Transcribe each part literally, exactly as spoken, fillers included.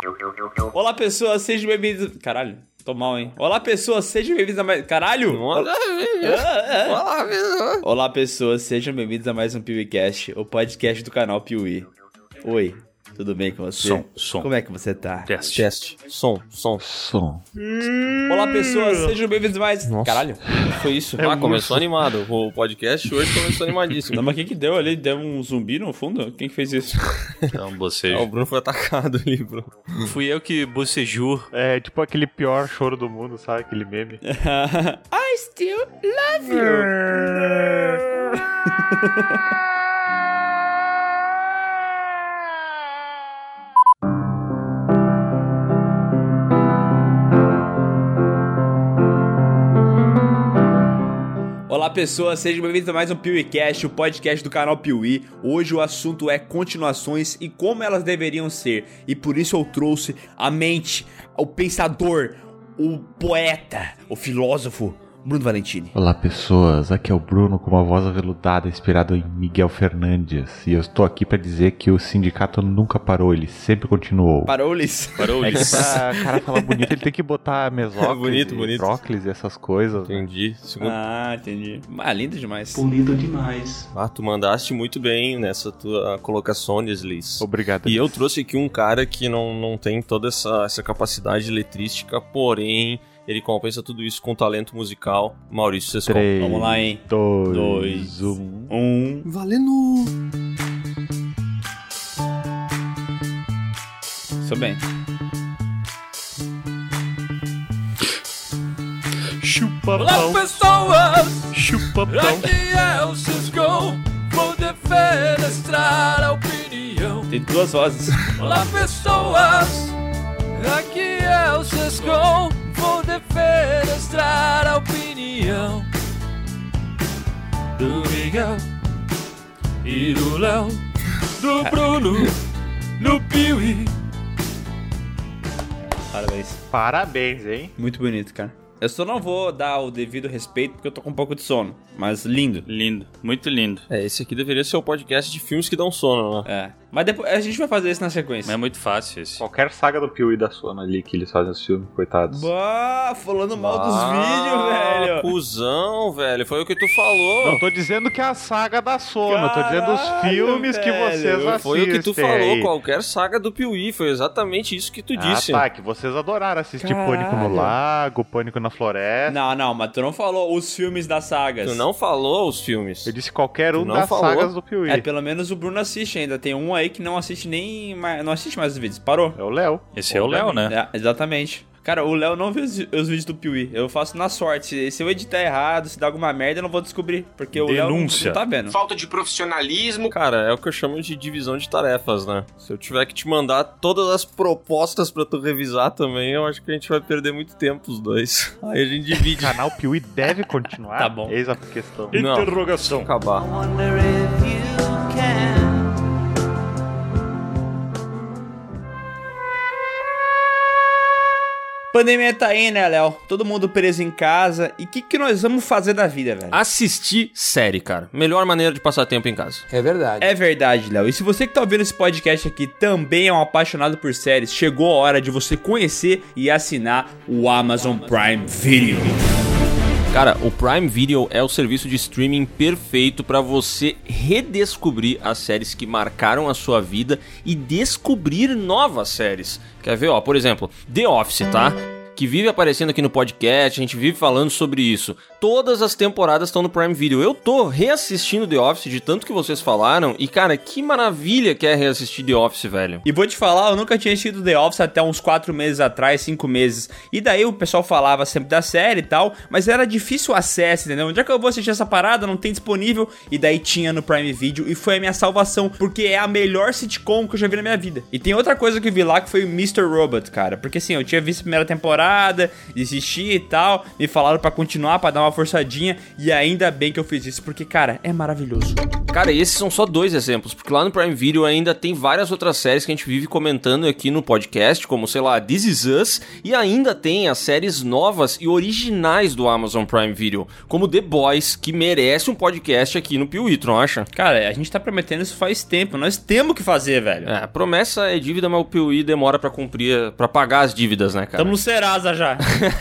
Olá, pessoas, sejam bem-vindos... Caralho, tô mal, hein? Olá, pessoas, sejam bem-vindos a mais... Caralho! Olá, Olá, Olá, pessoas, sejam bem-vindos a mais um PeeWeeCast, o podcast do canal Piuí. Oi, tudo bem com você? Som, som. Como é que você tá? Teste. Teste. Som, som. Som. Olá, pessoas, sejam bem-vindos a mais... Nossa. Caralho, O que foi isso? É ah, um começou urso. animado. O podcast hoje começou animadíssimo. não, mas quem que deu ali? Deu um zumbi no fundo? Quem que fez isso? É um bocejo. Ah, o Bruno foi atacado ali, Bruno. Fui eu que bocejou. É tipo aquele pior choro do mundo, sabe? Aquele meme. I still love you. Olá, pessoas, sejam bem-vindos a mais um PeeWeeCast, o podcast do canal Piuí. Hoje o assunto é continuações e como elas deveriam ser. E por isso eu trouxe a mente, o pensador, o poeta, o filósofo, Bruno Valentini. Olá, pessoas. Aqui é o Bruno com uma voz aveludada inspirado em Miguel Fernandes. E eu estou aqui para dizer que o sindicato nunca parou, ele sempre continuou. Parou-lhes. Parou É que isso. pra cara falar bonito, ele tem que botar mesóclise, Bonito, bonito. próclis e essas coisas. Entendi. Segundo... Ah, entendi. Ah, lindo demais. Polido demais. Ah, tu mandaste muito bem nessa tua colocação, Desliz. Obrigado. E eu trouxe aqui um cara que não, não tem toda essa, essa capacidade letrística, porém... Ele compensa tudo isso com talento musical. Maurício Sescon. Três, Vamos lá, hein? dois, Dois, um. Um. Valendo! Sou bem. Chupa Olá, pau, pessoas! chupa pau. Aqui é o Cisco, vou defenestrar a opinião. Tem duas vozes. Olá, pessoas! Aqui é o Cisco, vou defenestrar a opinião do Miguel e do Léo, do Bruno, no Piuí. Parabéns. Parabéns, hein? Muito bonito, cara. Eu só não vou dar o devido respeito porque eu tô com um pouco de sono. Mas lindo. Lindo, muito lindo. É, esse aqui deveria ser o podcast de filmes que dão sono, né? É. Mas depois a gente vai fazer isso na sequência. Mas é muito fácil esse. Qualquer saga do Piuí da Sono ali que eles fazem os filmes, coitados. Bah, falando mal dos Ah, vídeos, velho. Cusão, velho. Foi o que tu falou. Não tô dizendo que é a saga da Sono, tô dizendo os Caralho, filmes que velho. vocês assistem. Foi o que tu falou, aí. qualquer saga do Piuí. Foi exatamente isso que tu disse. Ah, tá, que vocês adoraram assistir Caralho. Pânico no Lago, Pânico na Floresta. Não, não, mas tu não falou os filmes das sagas. Tu não falou os filmes. Eu disse qualquer Tu um não das falou. sagas do Piuí. É, pelo menos o Bruno assiste ainda. Tem um aí que não assiste nem mais, não assiste mais os vídeos. Parou. É o Léo. Esse é o Léo, né? É, exatamente. Cara, o Léo não viu os, os vídeos do Piuí. Eu faço na sorte. Se, se eu editar errado, se dar alguma merda, eu não vou descobrir. Porque o Léo não, Denúncia. não tá vendo. Falta de profissionalismo. Cara, é o que eu chamo de divisão de tarefas, né? Se eu tiver que te mandar todas as propostas pra tu revisar também, eu acho que a gente vai perder muito tempo os dois. Aí a gente O divide. canal Piuí deve continuar? Tá bom. Eis a questão. Não, Interrogação. acabar. Pandemia tá aí, né, Léo? Todo mundo preso em casa. E o que, que nós vamos fazer da vida, velho? Assistir série, cara. Melhor maneira de passar tempo em casa. É verdade. É verdade, Léo. E se você que tá ouvindo esse podcast aqui também é um apaixonado por séries, chegou a hora de você conhecer e assinar o Amazon Prime Video. Cara, o Prime Video é o serviço de streaming perfeito pra você redescobrir as séries que marcaram a sua vida e descobrir novas séries. Quer ver, ó, por exemplo, The Office, tá? Que vive aparecendo aqui no podcast, a gente vive falando sobre isso. Todas as temporadas estão no Prime Video. Eu tô reassistindo The Office de tanto que vocês falaram e, cara, que maravilha que é reassistir The Office, velho. E vou te falar, eu nunca tinha assistido The Office até uns quatro meses atrás, cinco meses. E daí o pessoal falava sempre da série e tal, mas era difícil o acesso, entendeu? Onde é que eu vou assistir essa parada? Não tem disponível. E daí tinha no Prime Video e foi a minha salvação, porque é a melhor sitcom que eu já vi na minha vida. E tem outra coisa que eu vi lá que foi o mister Robot, cara. Porque assim, eu tinha visto a primeira temporada, desisti e tal, me falaram pra continuar, pra dar uma uma forçadinha e ainda bem que eu fiz isso, porque, cara, é maravilhoso. Cara, esses são só dois exemplos, porque lá no Prime Video ainda tem várias outras séries que a gente vive comentando aqui no podcast, como, sei lá, This Is Us, e ainda tem as séries novas e originais do Amazon Prime Video, como The Boys, que merece um podcast aqui no Piuí, tu não acha? Cara, a gente tá prometendo isso faz tempo, nós temos que fazer, velho. É, promessa é dívida, mas o Piuí demora pra cumprir, pra pagar as dívidas, né, cara? Tamo no Serasa já.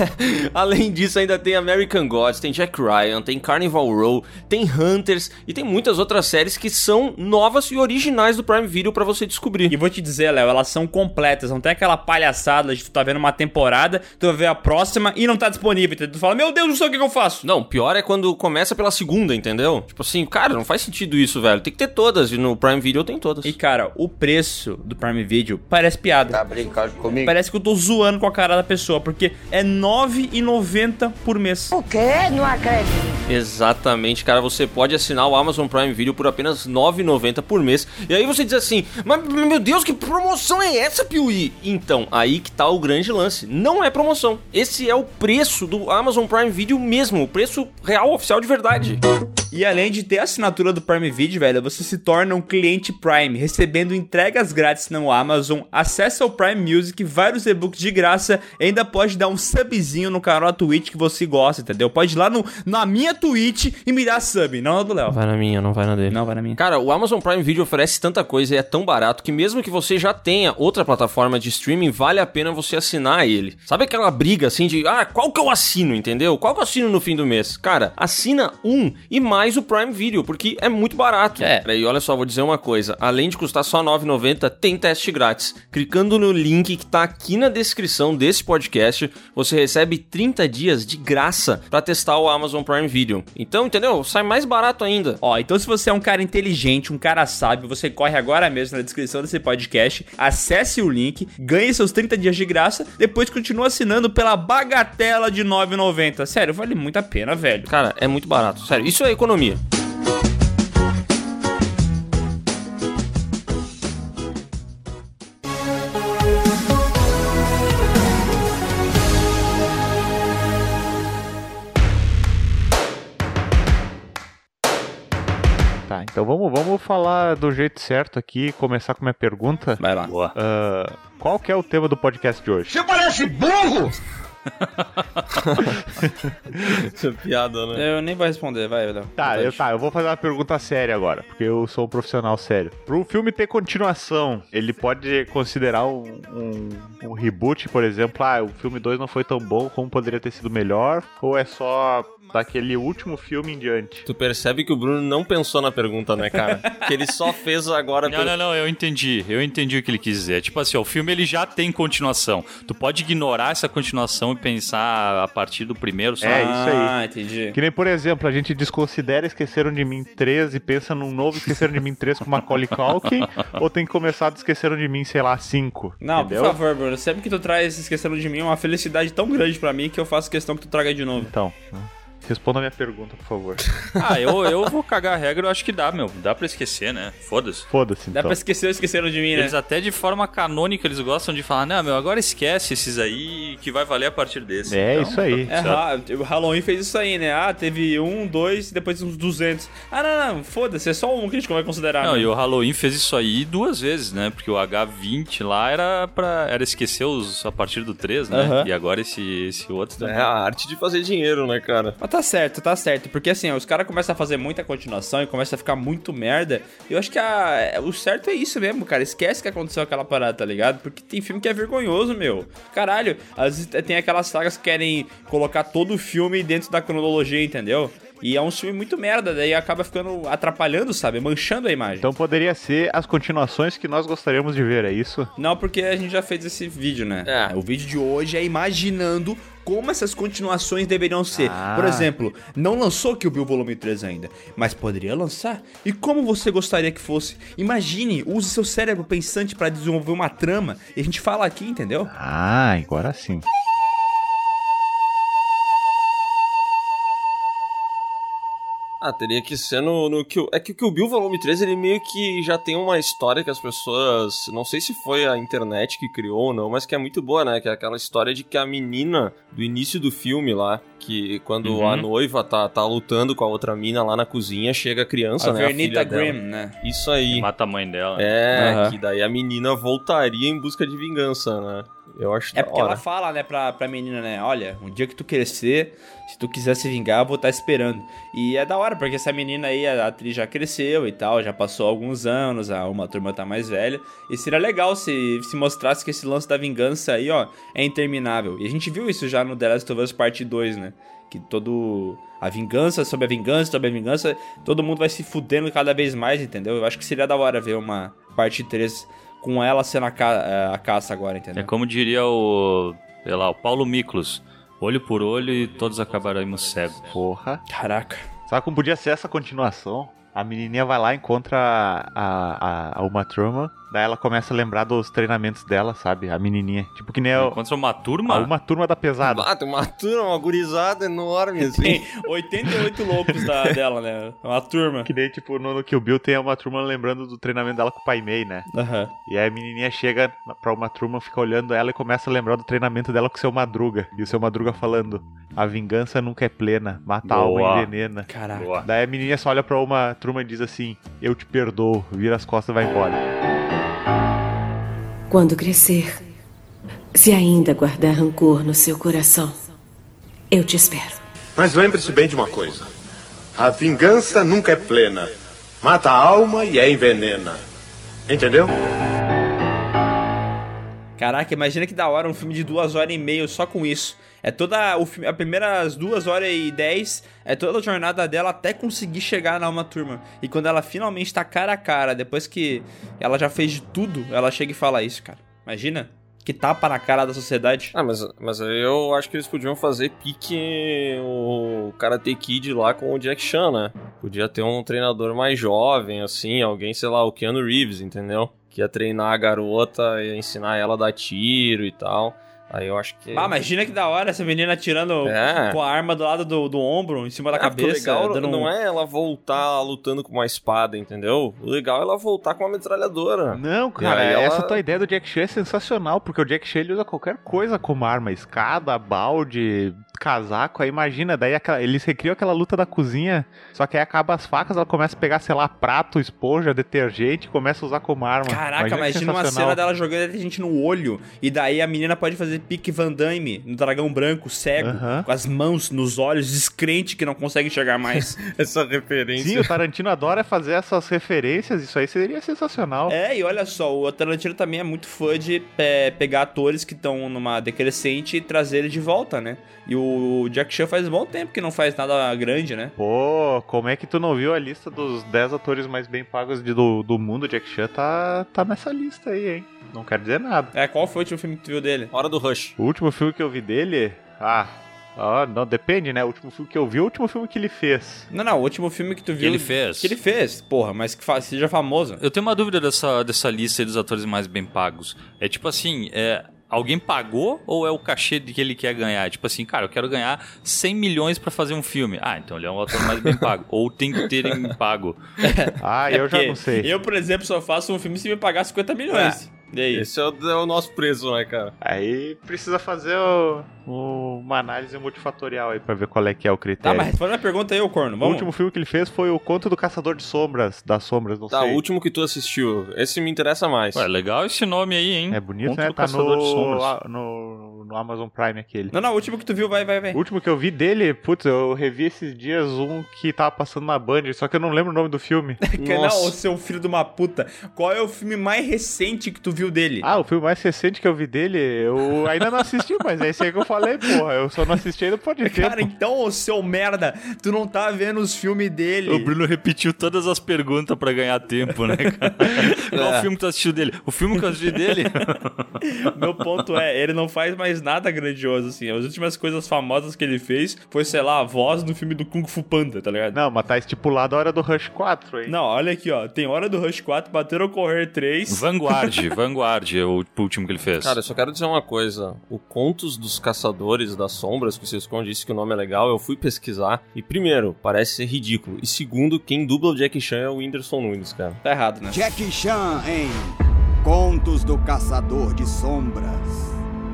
Além disso, ainda tem American Gods, tem Jack Ryan, tem Carnival Row, tem Hunters e tem muitas outras séries que são novas e originais do Prime Video pra você descobrir. E vou te dizer, Léo, elas são completas, não tem aquela palhaçada de tu tá vendo uma temporada, tu vai ver a próxima e não tá disponível, entendeu? Tu fala, meu Deus, não sei o que, que eu faço. Não, pior é quando começa pela segunda, entendeu? Tipo assim, cara, não faz sentido isso, velho. Tem que ter todas, e no Prime Video tem todas. E cara, o preço do Prime Video parece piada. Tá brincando comigo? Parece que eu tô zoando com a cara da pessoa, porque é nove reais e noventa centavos por mês. O quê? Não acredito. Exatamente, cara, você pode assinar o Amazon Prime Video por apenas nove reais e noventa centavos por mês. E aí você diz assim, mas meu Deus, que promoção é essa, Piuí? Então, aí que tá o grande lance. Não é promoção. Esse é o preço do Amazon Prime Video mesmo, o preço real, oficial de verdade. E além de ter a assinatura do Prime Video, velho, você se torna um cliente Prime, recebendo entregas grátis no Amazon, acesso ao Prime Music, vários e-books de graça, e ainda pode dar um subzinho no canal da Twitch que você gosta, entendeu? Pode ir lá no, na minha Twitch e me dar sub, não na do Léo. Vai na minha, não vai na dele. Não, vai na minha. Cara, o Amazon Prime Video oferece tanta coisa e é tão barato que mesmo que você já tenha outra plataforma de streaming, vale a pena você assinar ele. Sabe aquela briga assim de, ah, qual que eu assino, entendeu? Qual que eu assino no fim do mês? Cara, assina um e mais mais o Prime Video, porque é muito barato. É. E olha só, vou dizer uma coisa. Além de custar só nove reais e noventa centavos, tem teste grátis. Clicando no link que tá aqui na descrição desse podcast, você recebe trinta dias de graça pra testar o Amazon Prime Video. Então, entendeu? Sai mais barato ainda. Ó, então se você é um cara inteligente, um cara sábio, você corre agora mesmo na descrição desse podcast, acesse o link, ganhe seus trinta dias de graça, depois continua assinando pela bagatela de nove reais e noventa centavos. Sério, vale muito a pena, velho. Cara, é muito barato. Sério, isso é economia. Tá, então vamos, vamos falar do jeito certo aqui, começar com a minha pergunta. Vai lá. Boa. Uh, qual que é o tema do podcast de hoje? Você parece burro! Essa piada, né? Eu nem vou responder, vai, Léo. Tá, eu, tá, eu vou fazer uma pergunta séria agora, porque eu sou um profissional sério. Pro filme ter continuação, ele pode considerar um, um, um reboot, por exemplo, ah, o filme dois não foi tão bom como poderia ter sido melhor, ou é só daquele último filme em diante? Tu percebe que o Bruno não pensou na pergunta, né, cara? Que ele só fez agora... Não, não, não, eu entendi. Eu entendi o que ele quis dizer. Tipo assim, ó, o filme ele já tem continuação. Tu pode ignorar essa continuação e pensar a partir do primeiro só. É, isso aí. Ah, entendi. Que nem, por exemplo, a gente desconsidera Esqueceram de Mim três e pensa num novo Esqueceram de Mim três com Macaulay Culkin, ou tem que começar do Esqueceram de Mim, sei lá, cinco. Não, entendeu? por favor, Bruno, sempre que tu traz Esqueceram de Mim é uma felicidade tão grande pra mim que eu faço questão que tu traga de novo. Então... Responda a minha pergunta, por favor. Ah, eu, eu vou cagar a regra, eu acho que dá, meu. Dá pra esquecer, né? Foda-se. Foda-se, então. Dá pra esquecer ou Esqueceram de Mim, né? Eles até de forma canônica, eles gostam de falar, não, meu, agora esquece esses aí que vai valer a partir desse. É, então, isso aí. É, ha- o Halloween fez isso aí, né? Ah, teve um, dois, depois uns duzentos. Ah, não, não, foda-se, é só um que a gente vai considerar. Não, né? e o Halloween fez isso aí duas vezes, né? Porque o H vinte lá era pra era esquecer os a partir do três, né? Aham. E agora esse, esse outro também. É a arte de fazer dinheiro, né, cara? Mas tá certo, tá certo. Porque assim, ó, os caras começam a fazer muita continuação e começa a ficar muito merda. Eu acho que a, o certo é isso mesmo, cara. Esquece que aconteceu aquela parada, tá ligado? Porque tem filme que é vergonhoso, meu. Caralho, às vezes tem aquelas sagas que querem colocar todo o filme dentro da cronologia, entendeu? E é um filme muito merda, daí acaba ficando atrapalhando, sabe? Manchando a imagem. Então poderia ser as continuações que nós gostaríamos de ver, é isso? Não, porque a gente já fez esse vídeo, né? É. O vídeo de hoje é imaginando como essas continuações deveriam ser. Ah. Por exemplo, não lançou Kill Bill Volume três ainda, mas poderia lançar. E como você gostaria que fosse? Imagine, use seu cérebro pensante pra desenvolver uma trama e a gente fala aqui, entendeu? Ah, agora sim. Ah, teria que ser no, no Kill... É que o Kill Bill Volume três, ele meio que já tem uma história que as pessoas... Não sei se foi a internet que criou ou não, mas que é muito boa, né? Que é aquela história de que a menina do início do filme lá, que quando uhum. a noiva tá, tá lutando com a outra mina lá na cozinha, chega a criança, a né? Vernita a filha Grimm, dela. né? Isso aí. Mata a mãe dela. É, uhum. que daí a menina voltaria em busca de vingança, né? Eu acho É da porque hora. ela fala, né, pra, pra menina, né? Olha, um dia que tu crescer, se tu quiser se vingar, eu vou estar esperando. E é da hora, porque essa menina aí, a atriz já cresceu e tal, já passou alguns anos, a Uma Turma tá mais velha. E seria legal se, se mostrasse que esse lance da vingança aí, ó, é interminável. E a gente viu isso já no The Last of Us Parte dois, né? Que todo... A vingança sobre a vingança sobre a vingança, todo mundo vai se fudendo cada vez mais, entendeu? Eu acho que seria da hora ver uma parte três com ela sendo a, ca... a caça agora, entendeu? É como diria o... sei lá, o Paulo Miklos. Olho por olho e todos acabaremos cegos. Porra. Caraca. Sabe como podia ser essa continuação? A menininha vai lá, encontra a, a, a Uma Thurman, daí ela começa a lembrar dos treinamentos dela, sabe? A menininha. Tipo que nem a, Encontra uma turma? a Uma Turma da Pesada. Ah, tem uma turma, uma gurizada enorme, assim. Tem oitenta e oito loucos da, dela, né? Uma turma. Que nem, tipo, no, no Kill Bill tem a Uma Thurman lembrando do treinamento dela com o Pai Mei, né? Aham. E aí a menininha chega pra Uma Thurman, fica olhando ela e começa a lembrar do treinamento dela com o Seu Madruga. E o Seu Madruga falando, a vingança nunca é plena, mata a alma e envenena. Caraca. Boa. Daí a menininha só olha pra Uma Thurman e diz assim, eu te perdoo, vira as costas e vai embora. Quando crescer, se ainda guardar rancor no seu coração, eu te espero. Mas lembre-se bem de uma coisa. A vingança nunca é plena. Mata a alma e a envenena. Entendeu? Caraca, imagina que da hora um filme de duas horas e meia só com isso. É toda o filme, as primeiras duas horas e dez, é toda a jornada dela até conseguir chegar na Uma Turma. E quando ela finalmente tá cara a cara, depois que ela já fez de tudo, ela chega e fala isso, cara. Imagina? Que tapa na cara da sociedade. Ah, mas, mas aí eu acho que eles podiam fazer pique o Karate Kid lá com o Jack Chan, né? Podia ter um treinador mais jovem, assim, alguém, sei lá, o Keanu Reeves, entendeu? Que ia treinar a garota, ia ensinar ela a dar tiro e tal. Aí eu acho que... Ah, imagina que da hora essa menina atirando É. com a arma do lado do, do ombro, em cima da É, porque cabeça. o legal dando um- não é ela voltar lutando com uma espada, entendeu? O legal é ela voltar com uma metralhadora. Não, cara, E aí ela- essa tua ideia do Jack Chan é sensacional, porque o Jack Chan ele usa qualquer coisa como arma, escada, balde, casaco, aí imagina, daí aquela, eles recriam aquela luta da cozinha, só que aí acaba as facas, ela começa a pegar, sei lá, prato, esponja, detergente, e começa a usar como arma. Caraca, que imagina uma sensacional. cena dela jogando gente no olho, e daí a menina pode fazer pique Van Damme no dragão branco, cego, Aham. com as mãos nos olhos, descrente que não consegue enxergar mais. Essa referência. Sim, o Tarantino adora fazer essas referências, isso aí seria sensacional. É, e olha só, o Tarantino também é muito fã de é, pegar atores que estão numa decrescente e trazer eles de volta, né? E o Jack Chan faz um bom tempo que não faz nada grande, né? Pô, como é que tu não viu a lista dos dez atores mais bem pagos de- do, do mundo? Jack Chan tá, tá nessa lista aí, hein? Não quer dizer nada. É, qual foi o último filme que tu viu dele? Hora do Rush. O último filme que eu vi dele... Ah, ah, não, depende, né? O último filme que eu vi é o último filme que ele fez. Não, não, o último filme que tu viu... ele fez? Que ele fez, porra, mas que fa- seja famoso. Eu tenho uma dúvida dessa, dessa lista aí dos atores mais bem pagos. É tipo assim, é... alguém pagou ou é o cachê de que ele quer ganhar? Tipo assim, cara, eu quero ganhar cem milhões pra fazer um filme. Ah, então ele é um ator mais bem pago. Ou tem que terem pago. Ah, É eu já porque não sei. Eu, por exemplo, só faço um filme se me pagar cinquenta milhões. E aí? Esse é o, é o nosso preço, né, cara? Aí precisa fazer o- o- uma análise multifatorial aí pra ver qual é que é o Tá, critério. mas responde a pergunta aí, ô corno. O Vamos. último filme que ele fez foi o Conto do Caçador de Sombras, das Sombras, não Tá, sei. o último que tu assistiu. Esse me interessa mais. Ué, legal esse nome aí, hein? É bonito, Contra né? o Tá Caçador de no, Sombras. a- no, no Amazon Prime aquele. Não, não, o último que tu viu, vai, vai, vai. O último que eu vi dele, putz, eu revi esses dias um que tava passando na Band, só que eu não lembro o nome do filme. Que não, Nossa. ô seu filho de uma puta. Qual é o filme mais recente que tu viu dele? Ah, o filme mais recente que eu vi dele, eu ainda não assisti, mas é esse aí que eu falei, porra. Eu só não assisti ainda por de Cara, tempo. então, ô seu merda, tu não tá vendo os filmes dele. O Bruno repetiu todas as perguntas pra ganhar tempo, né, cara? Qual É. filme que tu assistiu dele? O filme que eu assisti dele? Meu ponto é, ele não faz mais nada grandioso, assim. As últimas coisas famosas que ele fez foi, sei lá, a voz no filme do Kung Fu Panda, tá ligado? Não, mas tá estipulado a hora do Rush quatro, hein? Não, olha aqui, ó. Tem Hora do Rush quatro, Bater ou Correr três. Vanguard, Vanguard é o último que ele fez. Cara, eu só quero dizer uma coisa. O Contos dos Caçadores Caçadores das Sombras, que o Sescon disse que o nome é legal, eu fui pesquisar e, primeiro, parece ser ridículo. E segundo, quem dubla o Jackie Chan é o Whindersson Nunes, cara. Tá errado, né? Jackie Chan em Contos do Caçador de Sombras.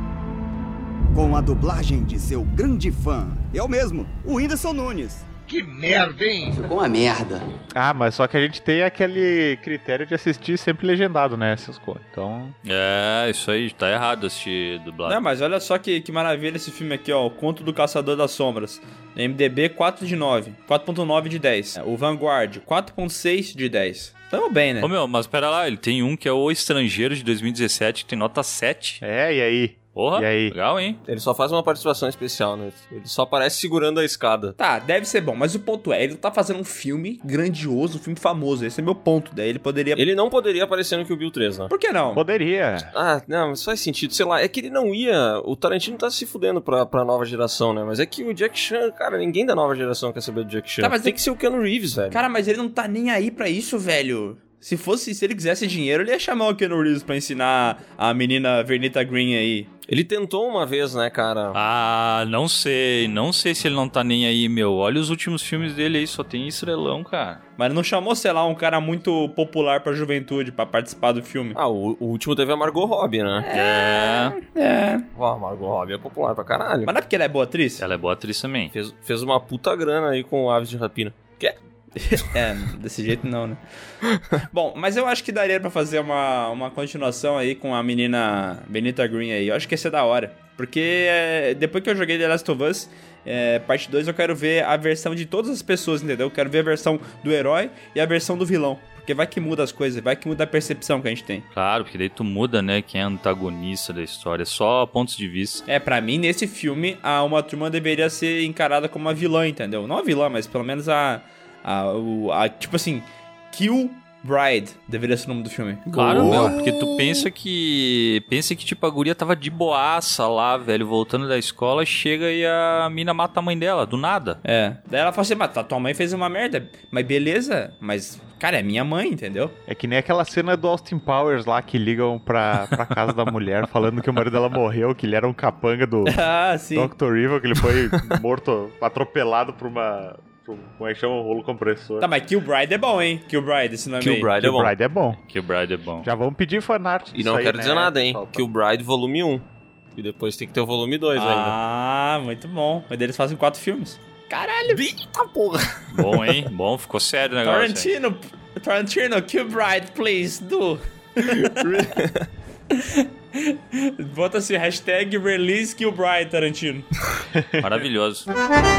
Com a dublagem de seu grande fã, eu mesmo, o Whindersson Nunes. Que merda, hein? Ficou uma merda. Ah, mas só que a gente tem aquele critério de assistir sempre legendado, né, essas coisas. Então... É, isso aí, tá errado assistir dublado. Não, mas olha só que, que maravilha esse filme aqui, ó. O Conto do Caçador das Sombras. M D B quatro de nove. quatro ponto nove de dez. O Vanguard, quatro ponto seis de dez. Tamo bem, né? Ô meu, mas pera lá, ele tem um que é O Estrangeiro de dois mil e dezessete, que tem nota sete. É, e aí? Porra, E aí? legal, hein? Ele só faz uma participação especial, né? Ele só aparece segurando a escada. Tá, deve ser bom, mas o ponto é, ele tá fazendo um filme grandioso, um filme famoso. Esse é meu ponto. Daí ele poderia... Ele não poderia aparecer no Kill Bill três, né? Por que não? Poderia. Ah, não, mas faz sentido, sei lá, é que ele não ia... O Tarantino tá se fudendo pra, pra nova geração, né? Mas é que o Jack Chan, cara, ninguém da nova geração quer saber do Jack Chan. Tá, mas tem é- que ser o Keanu Reeves, velho. Cara, mas ele não tá nem aí pra isso, velho. Se fosse, se ele quisesse dinheiro, ele ia chamar o Keanu Reeves pra ensinar a menina Vernita Green aí. Ele tentou uma vez, né, cara? Ah, não sei, não sei se ele não tá nem aí, meu. Olha os últimos filmes dele aí, só tem estrelão, cara. Mas não chamou, sei lá, um cara muito popular pra juventude pra participar do filme. Ah, o, o último teve a Margot Robbie, né? É. É. Ó, a Margot Robbie é popular pra caralho. Mas não é porque ela é boa atriz? Ela é boa atriz também. Fez, fez uma puta grana aí com Aves de Rapina. Que é? É, desse jeito não, né? Bom, mas eu acho que daria pra fazer uma, uma continuação aí com a menina Benita Green aí. Eu acho que ia ser da hora. Porque é, depois que eu joguei The Last of Us, é, parte dois, eu quero ver a versão de todas as pessoas, entendeu? Eu quero ver a versão do herói e a versão do vilão. Porque vai que muda as coisas, vai que muda a percepção que a gente tem. Claro, porque daí tu muda, né, quem é antagonista da história, só pontos de vista. É, pra mim, nesse filme, a Uma Thurman deveria ser encarada como uma vilã, entendeu? Não a vilã, mas pelo menos a... a, o- a tipo assim, Kill Bride deveria ser o nome do filme. Claro, Boa. meu, porque tu pensa que... Pensa que, tipo, a guria tava de boaça lá, velho, voltando da escola, chega e a mina mata a mãe dela, do nada. É. Daí ela fala assim, mas tá, tua mãe fez uma merda. Mas beleza, mas, cara, é minha mãe, entendeu? É que nem aquela cena do Austin Powers lá que ligam pra, pra casa da mulher falando que o marido dela morreu, que ele era um capanga do Ah, sim. doutor Evil, que ele foi morto, atropelado por uma... por- como é que chama? Um rolo compressor. Tá, mas Kill Bride é bom, hein? Kill Bride, esse nome Kill aí. Bride é Kill bom. Bride é bom. Que o Bride é bom. Já vamos pedir fanart E disso não aí, quero né? dizer nada, hein? Só- Kill Bride volume um. E depois tem que ter o volume dois ainda. Ah, muito bom. Mas eles fazem quatro filmes. Caralho. Eita porra! Bom, hein? Bom, ficou sério o negócio. hein? Tarantino, Tarantino, Kill Bride, please, do. Bota assim, hashtag release Kill Bride, Tarantino. Maravilhoso.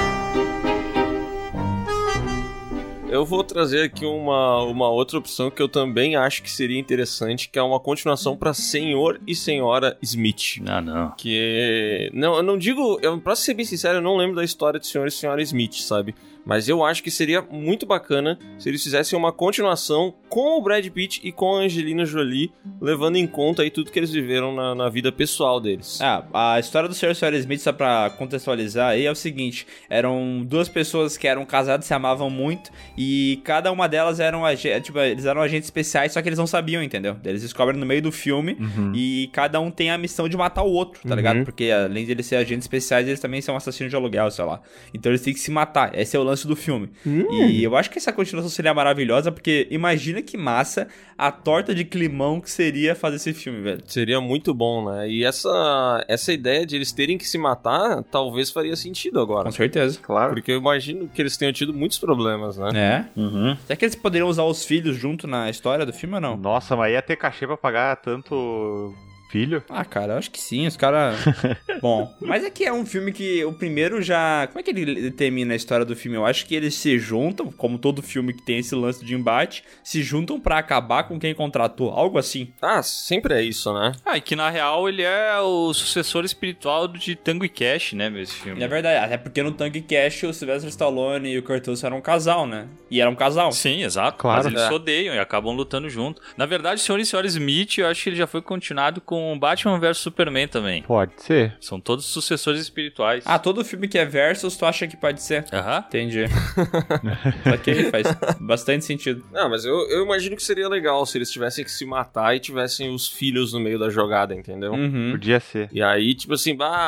Eu vou trazer aqui uma, uma outra opção que eu também acho que seria interessante, que é uma continuação pra Senhor e Senhora Smith. Ah, não. Que... Não, eu não digo... Eu, pra ser bem sincero, eu não lembro da história de Senhor e Senhora Smith, sabe? Mas eu acho que seria muito bacana se eles fizessem uma continuação com o Brad Pitt e com a Angelina Jolie, levando em conta aí tudo que eles viveram na, na vida pessoal deles. Ah, a história do senhor e senhora Smith, só pra contextualizar aí, é o seguinte. Eram duas pessoas que eram casadas, se amavam muito, e cada uma delas eram, ag- tipo, eles eram agentes especiais, só que eles não sabiam, entendeu? Eles descobrem no meio do filme, e cada um tem a missão de matar o outro, tá Uhum. ligado? Porque além de eles serem agentes especiais, eles também são assassinos de aluguel, sei lá. Então eles têm que se matar, esse é o lance do filme. E eu acho que essa continuação seria maravilhosa, porque imagina que massa a torta de climão que seria fazer esse filme, velho. Seria muito bom, né? E essa, essa ideia de eles terem que se matar, talvez faria sentido agora. Com certeza. Claro. Porque eu imagino que eles tenham tido muitos problemas, né? É. Uhum. Será que eles poderiam usar os filhos junto na história do filme ou não? Nossa, mas ia ter cachê pra pagar tanto filho? Ah, cara, eu acho que sim, os caras... Bom, mas é que é um filme que o primeiro já... Como é que ele termina a história do filme? Eu acho que eles se juntam, como todo filme que tem esse lance de embate, se juntam pra acabar com quem contratou, algo assim. Ah, sempre é isso, né? Ah, e que na real ele é o sucessor espiritual de Tango e Cash, né, meu, esse filme. E é verdade, até porque no Tank Cash o Sylvester Stallone e o Kurt Russell eram um casal, né? E era um casal. Sim, exato. Claro. Mas eles É. se odeiam e acabam lutando junto. Na verdade, Senhor e Senhora Smith, eu acho que ele já foi continuado com Batman versus Superman também. Pode ser. São todos sucessores espirituais. Ah, todo filme que é versus, tu acha que pode ser? Aham. Entendi. Ok, faz bastante sentido. Não, mas eu, eu imagino que seria legal se eles tivessem que se matar e tivessem os filhos no meio da jogada, entendeu? Uhum. Podia ser. E aí, tipo assim, bah,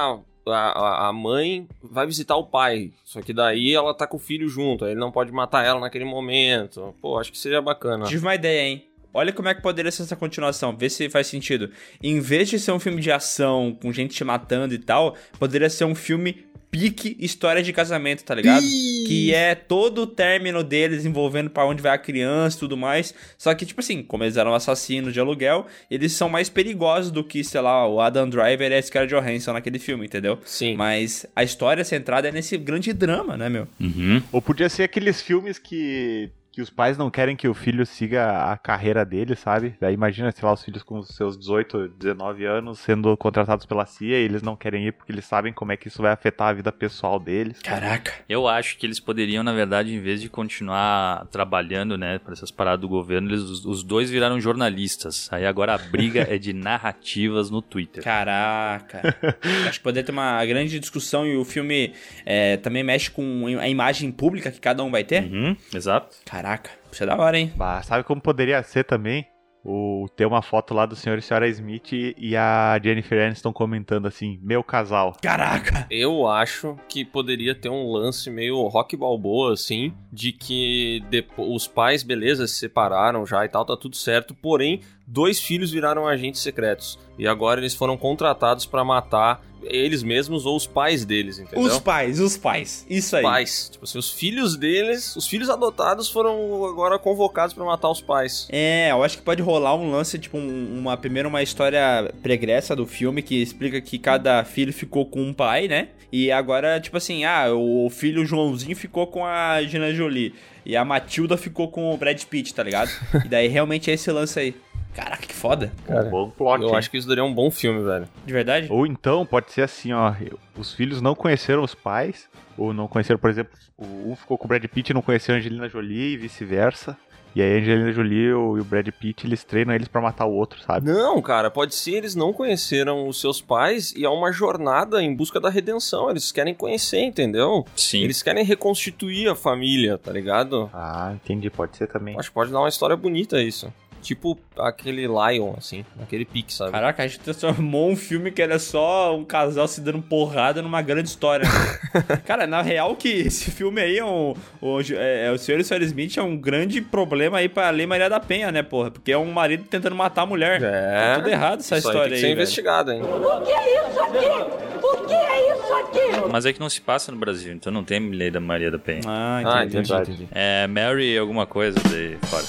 a, a mãe vai visitar o pai, só que daí ela tá com o filho junto, aí ele não pode matar ela naquele momento. Pô, acho que seria bacana. Tive uma ideia, hein? Olha como é que poderia ser essa continuação, vê se faz sentido. Em vez de ser um filme de ação, com gente te matando e tal, poderia ser um filme pique história de casamento, tá ligado? Ih! Que é todo o término deles envolvendo pra onde vai a criança e tudo mais. Só que, tipo assim, como eles eram assassinos de aluguel, eles são mais perigosos do que, sei lá, o Adam Driver e a Scarlett Johansson naquele filme, entendeu? Sim. Mas a história centrada é nesse grande drama, né, meu? Uhum. Ou podia ser aqueles filmes que... que os pais não querem que o filho siga a carreira dele, sabe? Daí imagina, sei lá, os filhos com seus dezoito, dezenove anos sendo contratados pela C I A e eles não querem ir porque eles sabem como é que isso vai afetar a vida pessoal deles. Caraca. Eu acho que eles poderiam, na verdade, em vez de continuar trabalhando, né, para essas paradas do governo, eles, os, os dois viraram jornalistas. Aí agora a briga é de narrativas no Twitter. Caraca. Acho que poderia ter uma grande discussão e o filme é, também mexe com a imagem pública que cada um vai ter. Uhum, exato. Caraca. Isso é da hora, hein? Bah, sabe como poderia ser também? O, ter uma foto lá do senhor e senhora Smith e a Jennifer Aniston comentando assim, meu casal. Caraca! Eu acho que poderia ter um lance meio Rock Balboa, assim, de que depois, os pais, beleza, se separaram já e tal, tá tudo certo, porém, dois filhos viraram agentes secretos. E agora eles foram contratados pra matar eles mesmos ou os pais deles, entendeu? Os pais, os pais. Isso aí. Pais. Tipo assim, os filhos deles, os filhos adotados foram agora convocados pra matar os pais. É, eu acho que pode rolar um lance, tipo, um, uma primeiro uma história pregressa do filme que explica que cada filho ficou com um pai, né? E agora, tipo assim, ah, o filho Joãozinho ficou com a Angelina Jolie e a Matilda ficou com o Brad Pitt, tá ligado? E daí realmente é esse lance aí. Caraca, que foda. Cara, um bom plot, eu hein? acho que isso daria um bom filme, velho. De verdade? Ou então pode ser assim, ó, os filhos não conheceram os pais, ou não conheceram, por exemplo, um ficou com o Brad Pitt e não conheceu a Angelina Jolie e vice-versa. E aí a Angelina Jolie e o Brad Pitt, eles treinam eles pra matar o outro, sabe? Não, cara, pode ser eles não conheceram os seus pais e é uma jornada em busca da redenção. Eles querem conhecer, entendeu? Sim. Eles querem reconstituir a família, tá ligado? Ah, entendi, pode ser também. Acho que pode dar uma história bonita isso. Tipo aquele Lion, assim, aquele pique, sabe? Caraca, a gente transformou um filme que era só um casal se dando porrada numa grande história. Né? Cara, na real que esse filme aí é um... O, é, o senhor e a senhora Smith é um grande problema aí pra Lei Maria da Penha, né, porra? Porque é um marido tentando matar a mulher. É. Tá tudo errado essa isso história aí. Tem que aí, ser velho. investigado, hein? O que é isso aqui? O que é isso aqui? Mas é que não se passa no Brasil, então não tem Lei da Maria da Penha. Ah, Ah, entendi. entendi, entendi. É Mary alguma coisa de fora.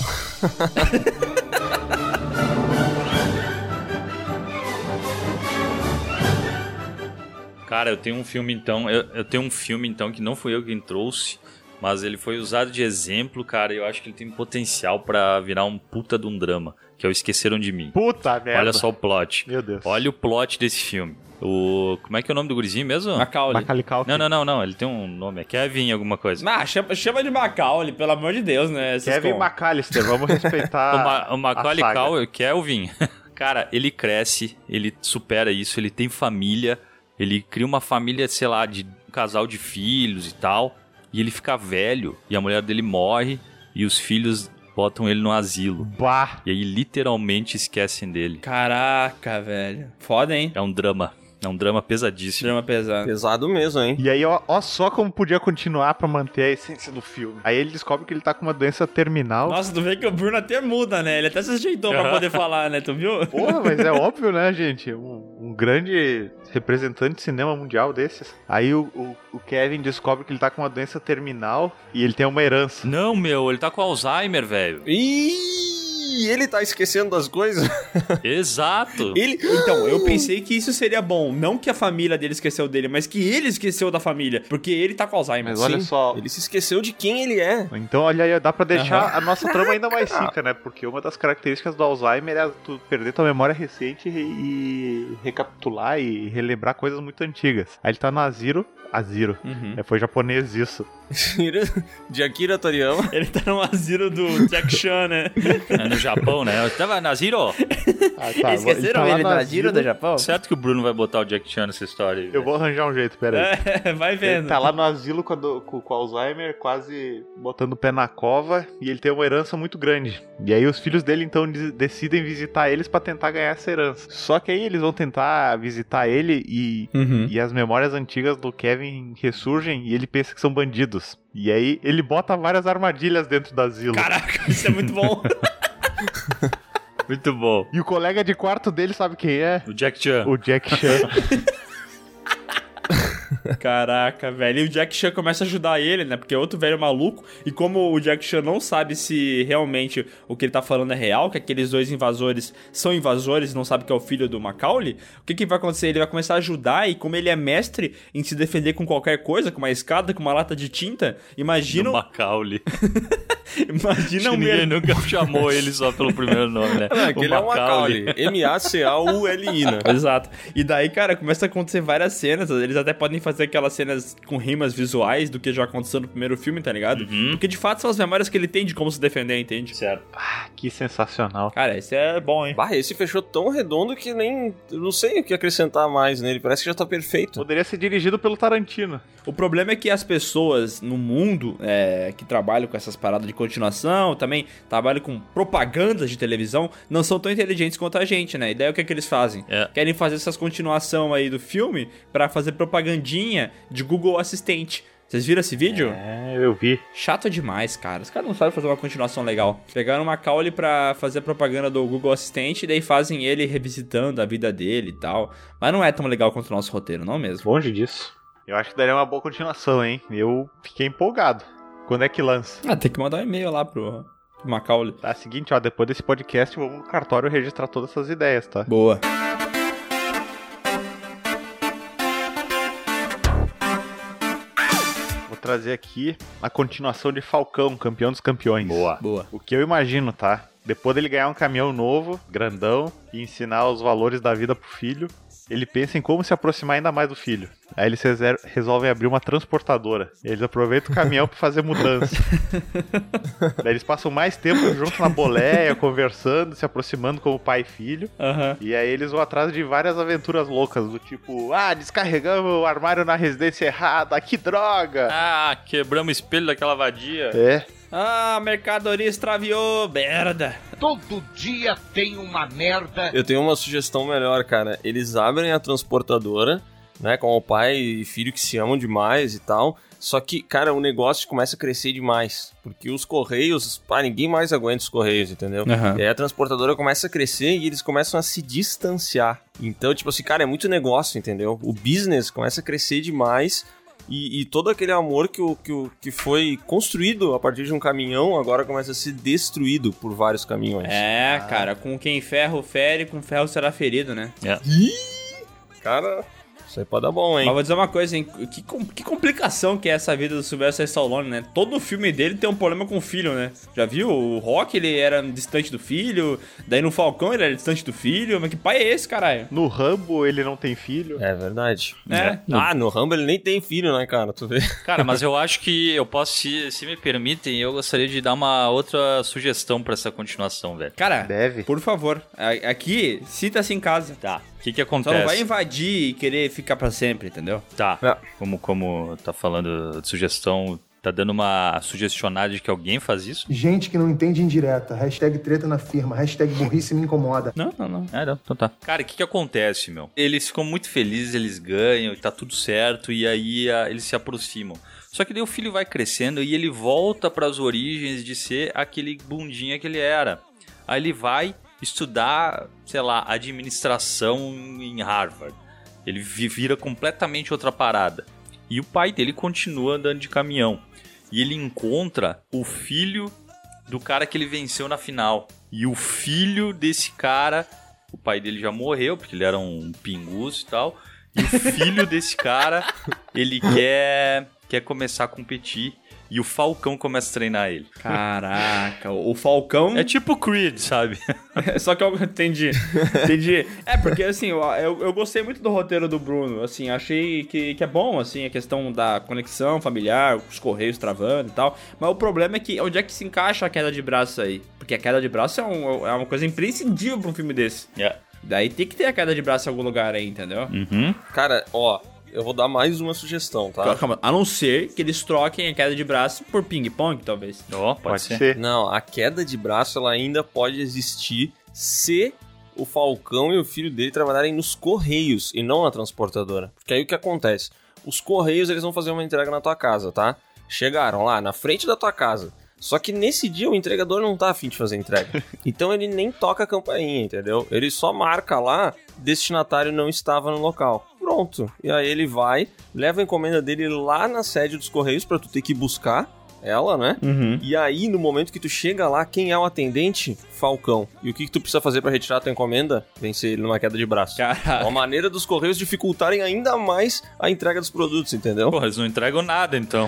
Cara, eu tenho um filme então, eu, eu tenho um filme então que não fui eu quem trouxe, mas ele foi usado de exemplo, cara, e eu acho que ele tem potencial pra virar um puta de um drama, que é o Esqueceram de Mim. Puta merda. Olha só o plot. Meu Deus. Olha o plot desse filme. O... Como é que é o nome do gurizinho mesmo? Macaulay. Macaulay Culkin. Não, não, não, não, ele tem um nome, é Kevin alguma coisa. Ah, chama, chama de Macaulay, pelo amor de Deus, né? Essas Kevin com... McAllister, vamos respeitar O, Ma o Macaulay a saga. Culkin, Kelvin, cara, ele cresce, ele supera isso, ele tem família, ele cria uma família, sei lá, de um casal de filhos e tal, e ele fica velho, e a mulher dele morre, e os filhos botam ele no asilo. Bah. E aí literalmente esquecem dele. Caraca, velho. Foda, hein? É um drama, é um drama pesadíssimo. Drama pesado. Pesado mesmo, hein? E aí, ó, ó só como podia continuar pra manter a essência do filme. Aí ele descobre que ele tá com uma doença terminal. Nossa, tu vê que o Bruno até muda, né? Ele até se ajeitou pra poder falar, né? Tu viu? Porra, mas é óbvio, né, gente? Um, um grande representante de cinema mundial desses. Aí o, o, o Kevin descobre que ele tá com uma doença terminal e ele tem uma herança. Não, meu, ele tá com Alzheimer, velho. Ih, ele tá esquecendo das coisas? Exato. Ele... Então, eu pensei que isso seria bom. Não que a família dele esqueceu dele, mas que ele esqueceu da família. Porque ele tá com Alzheimer. Mas olha Sim, só. Ele se esqueceu de quem ele é. Então, olha aí, dá pra deixar Aham. a nossa trama ainda mais rica, né? Porque uma das características do Alzheimer é tu perder tua memória recente e, e recapitular e relembrar coisas muito antigas. Aí ele tá no Aziro. Aziro. Uhum. É, foi japonês isso. De Akira Toriyama. Ele tá no asilo do Jack Chan, né? É, no Japão, né? Eu tava na Zero. Ah, tá, Esqueceram tá ele na Giro do Japão? Certo que o Bruno vai botar o Jack Chan nessa história aí. Eu vou arranjar um jeito, pera aí. É, vai vendo. Ele tá lá no asilo com, a do- com- com Alzheimer, quase botando o pé na cova, e ele tem uma herança muito grande. E aí os filhos dele, então, de- decidem visitar eles pra tentar ganhar essa herança. Só que aí eles vão tentar visitar ele e, Uhum. e as memórias antigas do Kevin ressurgem e ele pensa que são bandidos. E aí ele bota várias armadilhas dentro do asilo. Caraca, isso é muito bom. Muito bom. E o colega de quarto dele sabe quem é? O Jack Chan. O Jack Chan. Caraca, velho. E o Jack Chan começa a ajudar ele, né? Porque é outro velho maluco. E como o Jack Chan não sabe se realmente o que ele tá falando é real, que aqueles dois invasores são invasores e não sabe que é o filho do Macaulay, o que que vai acontecer? Ele vai começar a ajudar e como ele é mestre em se defender com qualquer coisa, com uma escada, com uma lata de tinta, imagina... O Macaulay. Imagina Que o ninguém meu... nunca chamou ele só pelo primeiro nome, né? Não, aquele é o Macaulay. M A C A U L I, né? Exato. E daí, cara, começa a acontecer várias cenas. Eles até podem fazer aquelas cenas com rimas visuais do que já aconteceu no primeiro filme, tá ligado? Uhum. Porque de fato são as memórias que ele tem de como se defender, entende? Certo. Ah, que sensacional. Cara, esse é bom, hein? Bah, esse fechou tão redondo que nem... Eu não sei o que acrescentar mais nele. Parece que já tá perfeito. Poderia ser dirigido pelo Tarantino. O problema é que as pessoas no mundo é, que trabalham com essas paradas de continuação, também trabalham com propagandas de televisão, não são tão inteligentes quanto a gente, né? E daí o que é que eles fazem? É. Querem fazer essas continuação aí do filme pra fazer propagandinha de Google Assistente. Vocês viram esse vídeo? É, eu vi. Chato demais, cara. Os caras não sabem fazer uma continuação legal. Pegaram o Macaulay pra fazer a propaganda do Google Assistente e daí fazem ele revisitando a vida dele e tal. Mas não é tão legal quanto o nosso roteiro, não mesmo? Longe disso. Eu acho que daria uma boa continuação, hein? Eu fiquei empolgado. Quando é que lança? Ah, tem que mandar um e-mail lá pro, pro Macaulay. Tá, seguinte, ó, depois desse podcast, vamos no cartório registrar todas essas ideias, tá? Boa. Vou trazer aqui a continuação de Falcão, Campeão dos Campeões. Boa. Boa. O que eu imagino, tá? Depois dele ganhar um caminhão novo, grandão, e ensinar os valores da vida pro filho, ele pensa em como se aproximar ainda mais do filho. Aí eles reser- resolvem abrir uma transportadora. Eles aproveitam o caminhão pra fazer mudança. Daí eles passam mais tempo junto na boleia, conversando, se aproximando como pai e filho. Aham. E aí eles vão atrás de várias aventuras loucas, do tipo, ah, descarregamos o armário na residência errada, que droga! Ah, quebramos o espelho daquela vadia. É. Ah, a mercadoria extraviou, merda. Todo dia tem uma merda. Eu tenho uma sugestão melhor, cara. Eles abrem a transportadora, né, com o pai e filho que se amam demais e tal. Só que, cara, o negócio começa a crescer demais. Porque os Correios, pá, ninguém mais aguenta os Correios, entendeu? Uhum. E aí a transportadora começa a crescer e eles começam a se distanciar. Então, tipo assim, cara, é muito negócio, entendeu? O business começa a crescer demais. E, e todo aquele amor que, o, que, o, que foi construído a partir de um caminhão agora começa a ser destruído por vários caminhões. É, cara, com quem ferro fere, com ferro será ferido, né? É. Cara, isso aí pode dar bom, hein? Mas vou dizer uma coisa, hein? Que, com- que complicação que é essa vida do Sylvester Stallone, né? Todo filme dele tem um problema com o filho, né? Já viu? O Rock, ele era distante do filho, daí no Falcão ele era distante do filho, mas que pai é esse, caralho? No Rambo ele não tem filho. É verdade. É. Ah, no Rambo ele nem tem filho, né, cara? Tu vê? Cara, mas eu acho que eu posso, se, se me permitem, eu gostaria de dar uma outra sugestão pra essa continuação, velho. Cara, Deve. por favor, a- aqui, sinta-se em casa. Tá. O que que Só acontece? não vai invadir e querer ficar pra sempre, entendeu? Tá. É. Como, como tá falando de sugestão, tá dando uma sugestionada de que alguém faz isso? Gente que não entende indireta. Hashtag treta na firma. Hashtag burrice me incomoda. Não, não, não. Ah, não, então tá. Cara, o que que acontece, meu? Eles ficam muito felizes, eles ganham, e tá tudo certo, e aí a, eles se aproximam. Só que daí o filho vai crescendo e ele volta pras origens de ser aquele bundinha que ele era. Aí ele vai estudar, sei lá, administração em Harvard. Ele vi- vira completamente outra parada. E o pai dele continua andando de caminhão. E ele encontra o filho do cara que ele venceu na final. E o filho desse cara, o pai dele já morreu, porque ele era um pinguço e tal. E o filho desse cara, ele quer, quer começar a competir. E o Falcão começa a treinar ele. Caraca, o Falcão... É tipo Creed, sabe? Só que eu entendi. Entendi. É, porque assim, eu, eu, eu gostei muito do roteiro do Bruno. Assim, achei que, que é bom, assim, a questão da conexão familiar, os correios travando e tal. Mas o problema é que onde é que se encaixa a queda de braço aí? Porque Porque a queda de braço é, um, é uma coisa imprescindível pra um filme desse. Yeah. Daí tem que ter a queda de braço em algum lugar aí, entendeu? Uhum. Cara, ó, eu vou dar mais uma sugestão, tá? Calma, a não ser que eles troquem a queda de braço por ping-pong, talvez. Ó, oh, pode, Pode ser. ser. Não, a queda de braço ela ainda pode existir se o Falcão e o filho dele trabalharem nos Correios e não na transportadora. Porque aí o que acontece? Os Correios eles vão fazer uma entrega na tua casa, tá? Chegaram lá na frente da tua casa. Só que nesse dia o entregador não tá afim de fazer entrega. Então ele nem toca a campainha, entendeu? Ele só marca lá, destinatário não estava no local. Pronto. E aí ele vai, leva a encomenda dele lá na sede dos Correios pra tu ter que buscar ela, né? Uhum. E aí, no momento que tu chega lá, quem é o atendente? Falcão. E o que, que tu precisa fazer pra retirar a tua encomenda? Vencer ele numa queda de braço. Caraca. É uma maneira dos Correios dificultarem ainda mais a entrega dos produtos, entendeu? Porra, eles não entregam nada, então.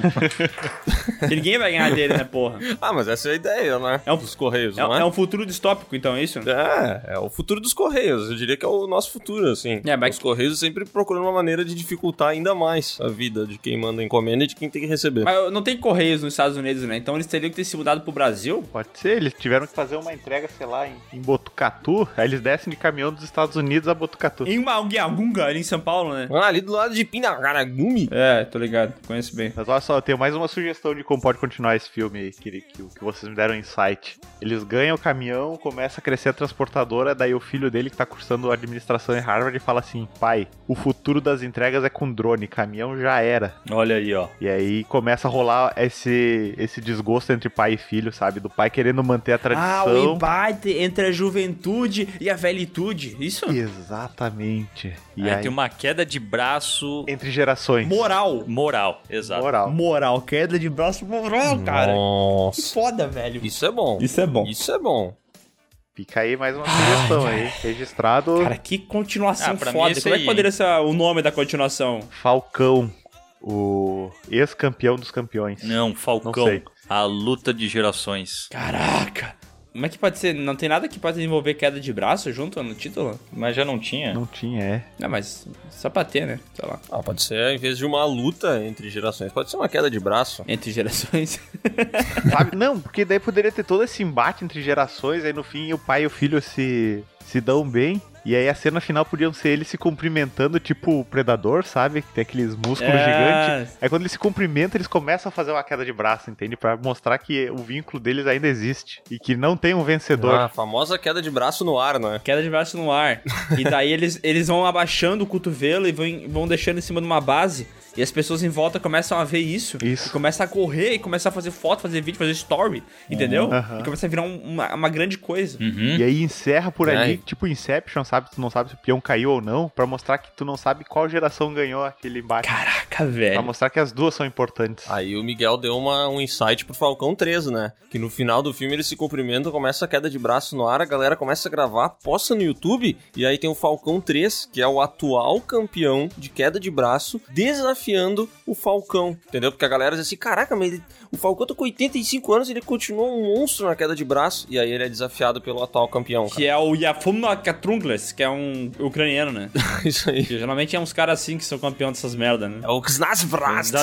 Que ninguém vai ganhar dele, né, porra? Ah, mas essa é a ideia, né? É um, dos Correios, é, não é? É um futuro distópico, então, é isso? É, é o futuro dos Correios. Eu diria que é o nosso futuro, assim. É, mas... Os Correios sempre procurando uma maneira de dificultar ainda mais a vida de quem manda a encomenda e de quem tem que receber. Mas não tem Correios nos Estados Unidos, né? Então eles teriam que ter se mudado pro Brasil? Pode ser, eles tiveram que fazer uma entrega, sei lá, em, em Botucatu. Aí eles descem de caminhão dos Estados Unidos a Botucatu. Em Malguinhagunga, ali em São Paulo, né? Ah, ali do lado de Pindamonhangaba. É, tô ligado, conheço bem. Mas olha só, eu tenho mais uma sugestão de como pode continuar esse filme aí, que, que, que vocês me deram insight. Eles ganham o caminhão, começa a crescer a transportadora, daí o filho dele que tá cursando administração em Harvard fala assim: pai, o futuro das entregas é com drone, caminhão já era. Olha aí, ó. E aí começa a rolar esse, esse desgosto entre pai e filho, sabe? Do pai querendo manter a tradição. Ah, o embate entre a juventude e a velhitude, isso? Exatamente. E É, aí, tem uma queda de braço entre gerações. Moral. moral, exato. Moral. Moral, queda de braço moral, cara. Nossa. Que foda, velho. Isso é bom. Isso é bom. Isso é bom. Fica aí mais uma sugestão Ai, aí. Registrado. Cara, que continuação Ah, pra mim foda. é isso Como é aí, que poderia hein? ser o nome da continuação? Falcão. O ex-campeão dos campeões. Não, Falcão. Não sei. A luta de gerações. Caraca. Como é que pode ser? Não tem nada que pode envolver queda de braço junto no título? Mas já não tinha? Não tinha, é. Não, mas só pra ter, né? Sei lá. Ah, pode ser, em vez de uma luta entre gerações, pode ser uma queda de braço. Entre gerações. Sabe? Não, porque daí poderia ter todo esse embate entre gerações, aí no fim o pai e o filho se, se dão bem. E aí a cena final podiam ser eles se cumprimentando, tipo o Predador, sabe? Que tem aqueles músculos É. gigantes. Aí quando eles se cumprimentam, eles começam a fazer uma queda de braço, entende? Pra mostrar que o vínculo deles ainda existe. E que não tem um vencedor. Ah, a famosa queda de braço no ar, né? Queda de braço no ar. E daí eles, eles vão abaixando o cotovelo e vão, vão deixando em cima de uma base. E as pessoas em volta começam a ver isso. Isso. E começam a correr e começam a fazer foto, fazer vídeo, fazer story. Entendeu? Uhum. E começa a virar um- uma, uma grande coisa. Uhum. E aí encerra por ali, Ai. tipo Inception, sabe? Tu não sabe se o peão caiu ou não, pra mostrar que tu não sabe qual geração ganhou aquele embate. Caraca, Pra velho. mostrar que as duas são importantes. Aí o Miguel deu uma, um insight pro Falcão três, né? Que no final do filme eles se cumprimentam, começa a queda de braço no ar, a galera começa a gravar, posta no YouTube, e aí tem o Falcão três, que é o atual campeão de queda de braço, desafiando o Falcão, entendeu? Porque a galera diz assim, caraca, mas ele- o Falcão tá com oitenta e cinco anos e ele continua um monstro na queda de braço, e aí ele é desafiado pelo atual campeão, cara. Que é o Yafuma Katrungles, que é um ucraniano, né? Isso aí. Que geralmente é uns caras assim que são campeões dessas merda, né? É o Knasbrast.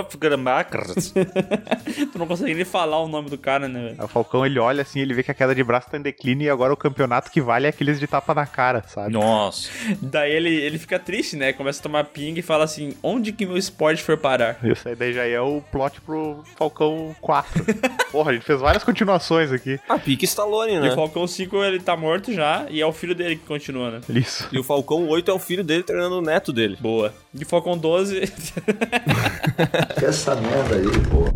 Tu não consegue nem falar o nome do cara, né, velho? Aí o Falcão, ele olha assim, ele vê que a queda de braço tá em declínio e agora o campeonato que vale é aqueles de tapa na cara, sabe? Nossa. Daí ele, ele fica triste, né? Começa a tomar ping e fala assim, onde que meu esporte foi parar? Isso aí daí já é o plot pro Falcão quatro. Porra, a gente fez várias continuações aqui. A pique Stallone, E né? o Falcão cinco, ele tá morto já, e é o filho dele que continua, né? Isso. E o Falcão oito é o filho dele treinando o neto dele. Boa. E o Falcão doze... Essa merda aí, pô.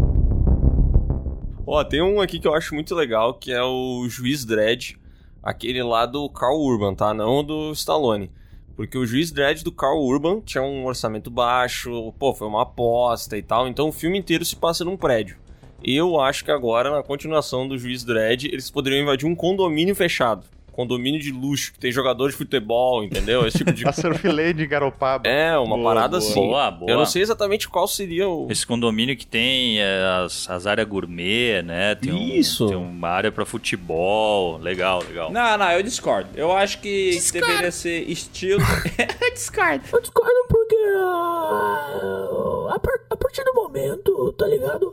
Ó, tem um aqui que eu acho muito legal, que é o Juiz Dredd, aquele lá do Carl Urban, tá? Não do Stallone. Porque o Juiz Dredd do Carl Urban tinha um orçamento baixo, pô, foi uma aposta e tal, então o filme inteiro se passa num prédio. Eu acho que agora, na continuação do Juiz Dredd, eles poderiam invadir um condomínio fechado. Condomínio de luxo, que tem jogador de futebol, entendeu? Esse tipo de... A Surflane de Garopaba. É, uma Boa, parada boa. assim. Boa, boa. Eu não sei exatamente qual seria o... Esse condomínio que tem é, as, as áreas gourmet, né? Tem um- Isso. tem uma área pra futebol. Legal, legal. Não, não, eu discordo. Eu acho que deveria ser estilo... eu discordo. Eu discordo porque ah, a, par- a partir do momento, tá ligado?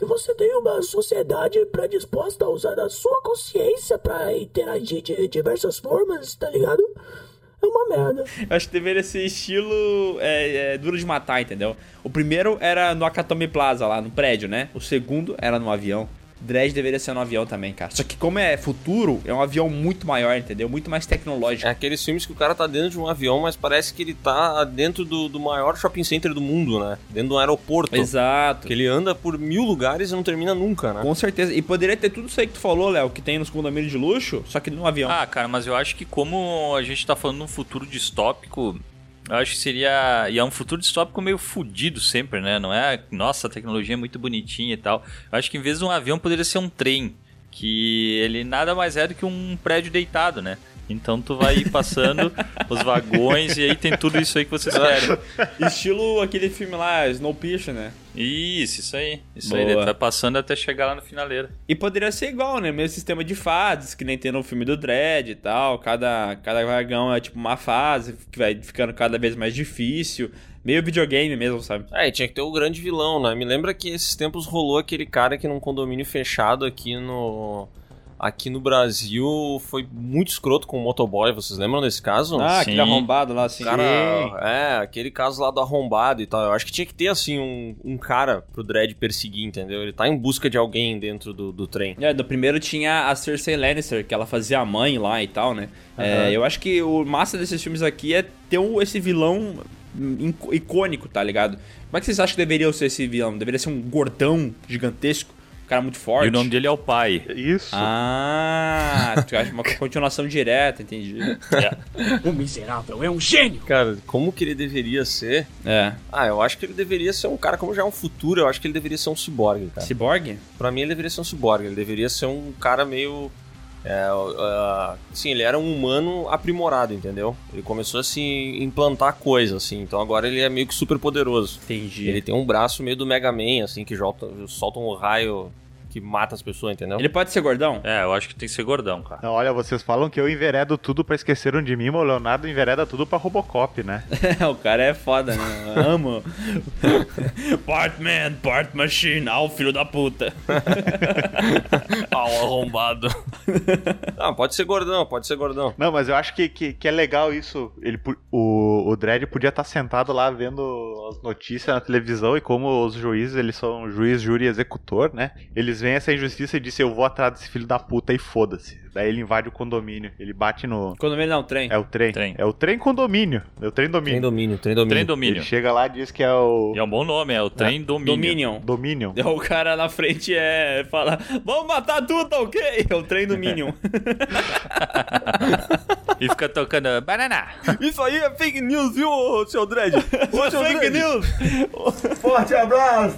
que você tem uma sociedade predisposta a usar a sua consciência pra interagir de diversas formas, tá ligado? É uma merda. Eu acho que deveria ser estilo é, é, Duro de Matar, entendeu? O primeiro era no Nakatomi Plaza, lá no prédio, né? O segundo era no avião. Dredd deveria ser no avião também, cara. Só que como é futuro, é um avião muito maior, entendeu? Muito mais tecnológico. É aqueles filmes que o cara tá dentro de um avião, mas parece que ele tá dentro do, do maior shopping center do mundo, né? Dentro de um aeroporto. Exato. Que ele anda por mil lugares e não termina nunca, né? Com certeza. E poderia ter tudo isso aí que tu falou, Léo, que tem nos condomínios de luxo, só que no avião. Ah, cara, mas eu acho que como a gente tá falando de um futuro distópico... Eu acho que seria... E é um futuro distópico meio fudido sempre, né? Não é... Nossa, a tecnologia é muito bonitinha e tal. Eu acho que em vez de um avião, poderia ser um trem. Que ele nada mais é do que um prédio deitado, né? Então tu vai ir passando os vagões e aí tem tudo isso aí que vocês querem. Estilo aquele filme lá, Snowpiercer, né? Isso, isso aí. Isso Boa. aí, ele vai passando até chegar lá no finaleiro. E poderia ser igual, né? Mesmo sistema de fases, que nem tem no filme do Dredd e tal. Cada, cada vagão é tipo uma fase, que vai ficando cada vez mais difícil. Meio videogame mesmo, sabe? É, e tinha que ter o grande vilão, né? Me lembra que esses tempos rolou aquele cara que num condomínio fechado aqui no... Aqui no Brasil foi muito escroto com o motoboy, vocês lembram desse caso? Ah, Sim. aquele arrombado lá, assim. Cara, é, aquele caso lá do arrombado e tal. Eu acho que tinha que ter, assim, um, um cara pro Dredd perseguir, entendeu? Ele tá em busca de alguém dentro do, do trem. É, do primeiro tinha a Cersei Lannister, que ela fazia a mãe lá e tal, né? Uhum. É, eu acho que o massa desses filmes aqui é ter um, esse vilão icônico, tá ligado? Como é que vocês acham que deveria ser esse vilão? Deveria ser um gordão gigantesco? Cara muito forte. E o nome dele é o pai. Isso. Ah, tu acha uma continuação direta, entendi. É. O miserável é um gênio. Cara, como que ele deveria ser? É. Ah, eu acho que ele deveria ser um cara, como já é um futuro, eu acho que ele deveria ser um ciborgue, cara. Ciborgue? Pra mim ele deveria ser um ciborgue, ele deveria ser um cara meio... É, uh, sim, ele era um humano aprimorado, entendeu? Ele começou a se implantar coisa, assim. Então agora ele é meio que super poderoso. Entendi. Ele tem um braço meio do Mega Man, assim, que solta, solta um raio que mata as pessoas, entendeu? Ele pode ser gordão? É, eu acho que tem que ser gordão, cara. Não, olha, vocês falam que eu enveredo tudo pra Esqueceram de Mim, mas o Leonardo envereda tudo pra Robocop, né? O cara é foda, né? Eu amo. Part man, part machine. Ah, o filho da puta. Ah, o arrombado. Ah, pode ser gordão, pode ser gordão. Não, mas eu acho que, que, que é legal isso. Ele, o, o Dredd podia estar sentado lá vendo as notícias na televisão e como os juízes, eles são juiz, júri e executor, né? Eles veem essa injustiça e dizem, eu vou atrás desse filho da puta e foda-se. Daí ele invade o condomínio, ele bate no... Condomínio não, trem. É o trem. Trem. É o trem condomínio. É o trem domínio. Trem domínio, trem domínio. Trem domínio. Ele chega lá e diz que é o... E é um bom nome, é o trem é. domínio. Dominion. Dominion. O cara na frente é... Fala, vamos matar tudo, tá ok? É o trem Dominion. E fica tocando banana. Isso aí é fake news, viu, seu Dredd? Ô, seu fake Dredd. News. Forte abraço.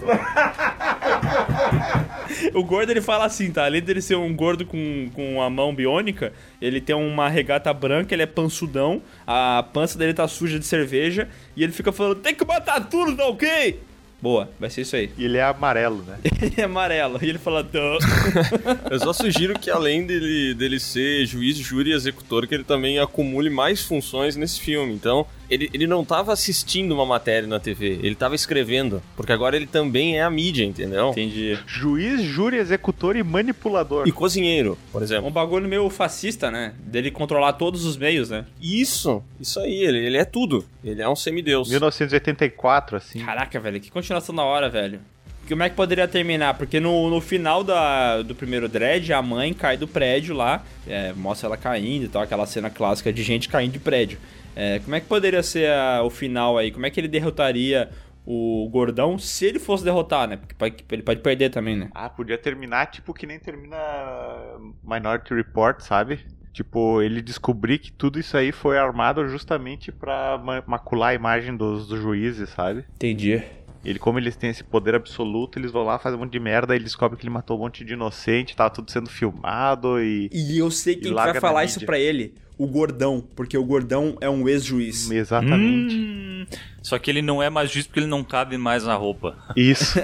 O gordo, ele fala assim, tá? Além dele ser um gordo com, com a mão biônica, ele tem uma regata branca, ele é pansudão, a pança dele tá suja de cerveja, e ele fica falando, tem que matar tudo, tá ok? Boa, vai ser isso aí. E ele é amarelo, né? Ele é amarelo. E ele fala... Duh. Eu só sugiro que além dele, dele ser juiz, júri e executor, que ele também acumule mais funções nesse filme. Então, ele, ele não tava assistindo uma matéria na T V, ele tava escrevendo. Porque agora ele também é a mídia, entendeu? Entendi. Juiz, júri, executor e manipulador. E cozinheiro, por exemplo. Um bagulho meio fascista, né? Dele controlar todos os meios, né? Isso, isso aí. Ele, ele é tudo. Ele é um semideus. mil novecentos e oitenta e quatro, assim. Caraca, velho, que continuação da hora, velho. Como é que poderia terminar? Porque no, no final da, do primeiro Dredd, a mãe cai do prédio lá, é, mostra ela caindo e tal, aquela cena clássica de gente caindo de prédio. É, como é que poderia ser a, o final aí? Como é que ele derrotaria o gordão se ele fosse derrotar, né? Porque pode, ele pode perder também, né? Ah, podia terminar tipo que nem termina Minority Report, sabe? Tipo, ele descobrir que tudo isso aí foi armado justamente pra macular a imagem dos, dos juízes, sabe? Entendi. Ele, como eles têm esse poder absoluto, eles vão lá, fazem um monte de merda, e ele descobre que ele matou um monte de inocente, tava tudo sendo filmado e... E eu sei quem que vai falar isso pra ele. O gordão, porque o gordão é um ex-juiz. Exatamente. Hum, Só que ele não é mais juiz porque ele não cabe mais na roupa. Isso.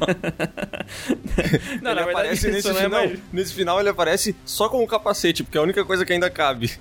Não, ele aparece nesse final, é mais... nesse final ele aparece só com o capacete, porque é a única coisa que ainda cabe.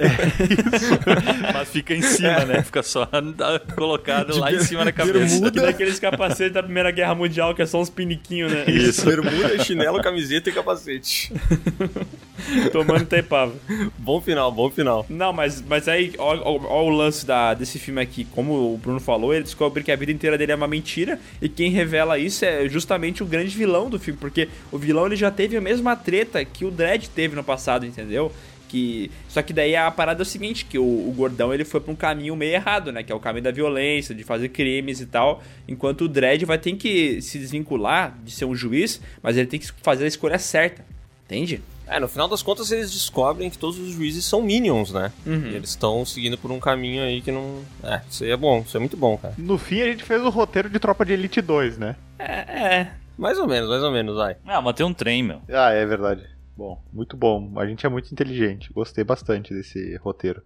É Mas fica em cima, é. né? Fica só colocado de lá ber... em cima da cabeça. Bermuda, daqueles capacetes da Primeira Guerra Mundial, que é só uns piniquinhos, né? Isso. Bermuda, chinelo, camiseta e capacete. Tomando taipava. Bom final, bom final. Não, mas, mas aí, ó, ó, ó o lance da, desse filme aqui. Como o Bruno falou, ele descobre que a vida inteira dele é uma mentira, e quem revela isso é justamente o grande vilão do filme, porque o vilão ele já teve a mesma treta que o Dredd teve no passado, entendeu? Que... Só que daí a parada é o seguinte, que o, o Gordão ele foi pra um caminho meio errado, né? Que é o caminho da violência, de fazer crimes e tal, enquanto o Dredd vai ter que se desvincular de ser um juiz, mas ele tem que fazer a escolha certa, entende? É, no final das contas eles descobrem que todos os juízes são minions, né? Uhum. E eles estão seguindo por um caminho aí que não... É, isso aí é bom, isso é muito bom, cara. No fim a gente fez o roteiro de Tropa de Elite dois, né? É, é. Mais ou menos, mais ou menos, vai. Ah, mas tem um trem, meu. Ah, é verdade. Bom, muito bom. A gente é muito inteligente. Gostei bastante desse roteiro.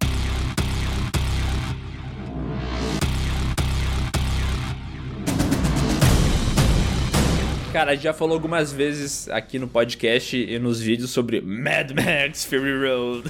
Cara, a gente já falou algumas vezes aqui no podcast e nos vídeos sobre Mad Max Fury Road.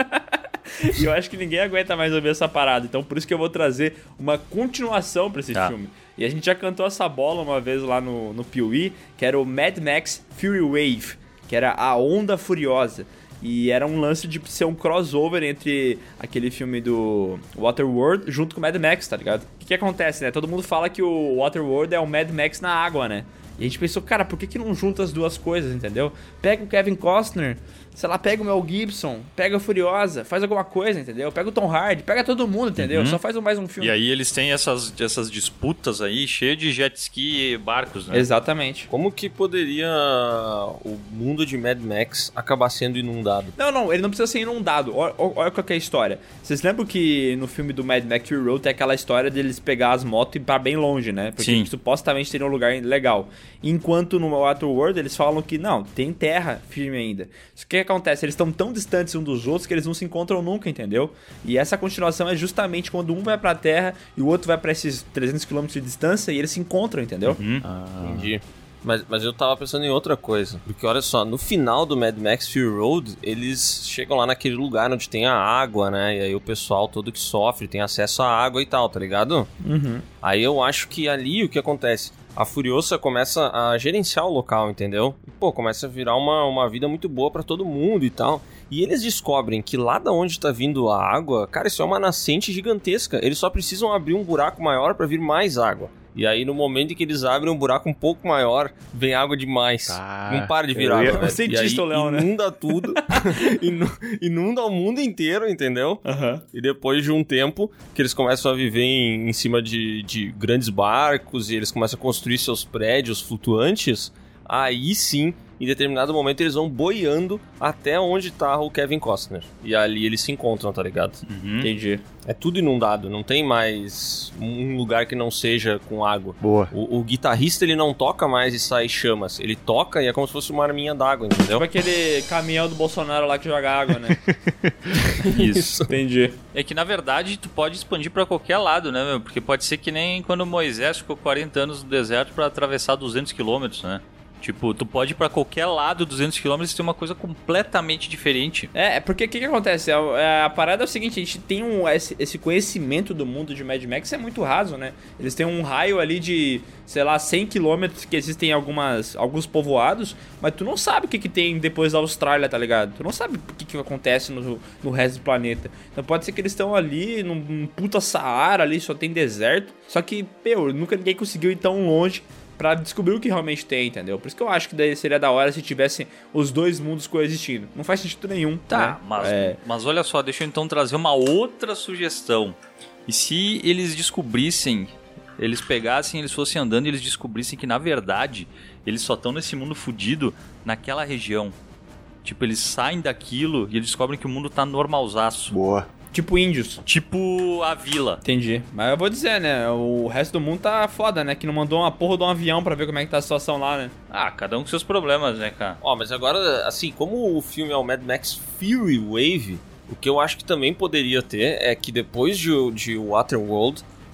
E eu acho que ninguém aguenta mais ouvir essa parada. Então por isso que eu vou trazer uma continuação pra esse ah. filme. E a gente já cantou essa bola uma vez lá no, no Piuí, que era o Mad Max Fury Wave, que era a Onda Furiosa. E era um lance de ser um crossover entre aquele filme do Waterworld junto com o Mad Max, tá ligado? O que, que acontece, né? Todo mundo fala que o Waterworld é o Mad Max na água, né? E a gente pensou, cara, por que que não junta as duas coisas, entendeu? Pega o Kevin Costner, sei lá, pega o Mel Gibson, pega a Furiosa, faz alguma coisa, entendeu? Pega o Tom Hardy, pega todo mundo, entendeu? Uhum. Só faz mais um filme. E aí eles têm essas, essas disputas aí, cheio de jet ski e barcos, né? Exatamente. Como que poderia o mundo de Mad Max acabar sendo inundado? Não, não, ele não precisa ser inundado. Olha, olha qual que é a história. Vocês lembram que no filme do Mad Max Fury Road tem aquela história deles pegar as motos e ir pra bem longe, né? Porque Sim. supostamente teria um lugar legal. Enquanto no Waterworld eles falam que não, tem terra firme ainda. O que acontece? Eles estão tão distantes uns dos outros que eles não se encontram nunca, entendeu? E essa continuação é justamente quando um vai pra terra e o outro vai pra esses trezentos quilômetros de distância e eles se encontram, entendeu? Uhum. Ah. Entendi. Mas, mas eu tava pensando em outra coisa. Porque olha só, no final do Mad Max Fury Road, eles chegam lá naquele lugar onde tem a água, né? E aí o pessoal todo que sofre tem acesso à água e tal, tá ligado? Uhum. Aí eu acho que ali o que acontece? A Furiosa começa a gerenciar o local, entendeu? E, pô, começa a virar uma, uma vida muito boa pra todo mundo e tal. E eles descobrem que lá da onde tá vindo a água, cara, isso é uma nascente gigantesca. Eles só precisam abrir um buraco maior pra vir mais água. E aí, no momento em que eles abrem um buraco um pouco maior, vem água demais. Ah, não para de vir água, ia... velho. Cientista, e aí, Léo, inunda né? tudo. Inunda o mundo inteiro, entendeu? Uhum. E depois de um tempo que eles começam a viver em, em cima de, de grandes barcos e eles começam a construir seus prédios flutuantes, aí sim, em determinado momento eles vão boiando até onde tá o Kevin Costner. E ali eles se encontram, tá ligado? Uhum. Entendi. É tudo inundado, não tem mais um lugar que não seja com água. Boa. O, o guitarrista, ele não toca mais e sai chamas. Ele toca e é como se fosse uma arminha d'água, entendeu? Tipo aquele caminhão do Bolsonaro lá que joga água, né? Isso. Entendi. É que, na verdade, tu pode expandir pra qualquer lado, né, meu? Porque pode ser que nem quando Moisés ficou quarenta anos no deserto pra atravessar duzentos quilômetros, né? Tipo, tu pode ir pra qualquer lado duzentos quilômetros e ter uma coisa completamente diferente. É, porque o que que acontece? A, a parada é o seguinte, a gente tem um, esse, esse conhecimento do mundo de Mad Max é muito raso, né? Eles têm um raio ali de, sei lá, cem quilômetros que existem algumas, alguns povoados, mas tu não sabe o que que tem depois da Austrália, tá ligado? Tu não sabe o que que acontece no, no resto do planeta. Então pode ser que eles estão ali num, num puta Saara ali, só tem deserto. Só que, meu, nunca ninguém conseguiu ir tão longe pra descobrir o que realmente tem, entendeu? Por isso que eu acho que daí seria da hora se tivessem os dois mundos coexistindo. Não faz sentido nenhum. Tá, né? mas, é... mas olha só, deixa eu então trazer uma outra sugestão. E se eles descobrissem, eles pegassem, eles fossem andando e eles descobrissem que, na verdade, eles só estão nesse mundo fudido naquela região. Tipo, eles saem daquilo e eles descobrem que o mundo tá normalzaço. Boa. Tipo índios. Tipo a vila. Entendi. Mas eu vou dizer, né? O resto do mundo tá foda, né? Que não mandou uma porra de um avião pra ver como é que tá a situação lá, né? Ah, cada um com seus problemas, né, cara? Ó, mas agora, assim, como o filme é o Mad Max Fury Wave, o que eu acho que também poderia ter é que depois de, de Waterworld,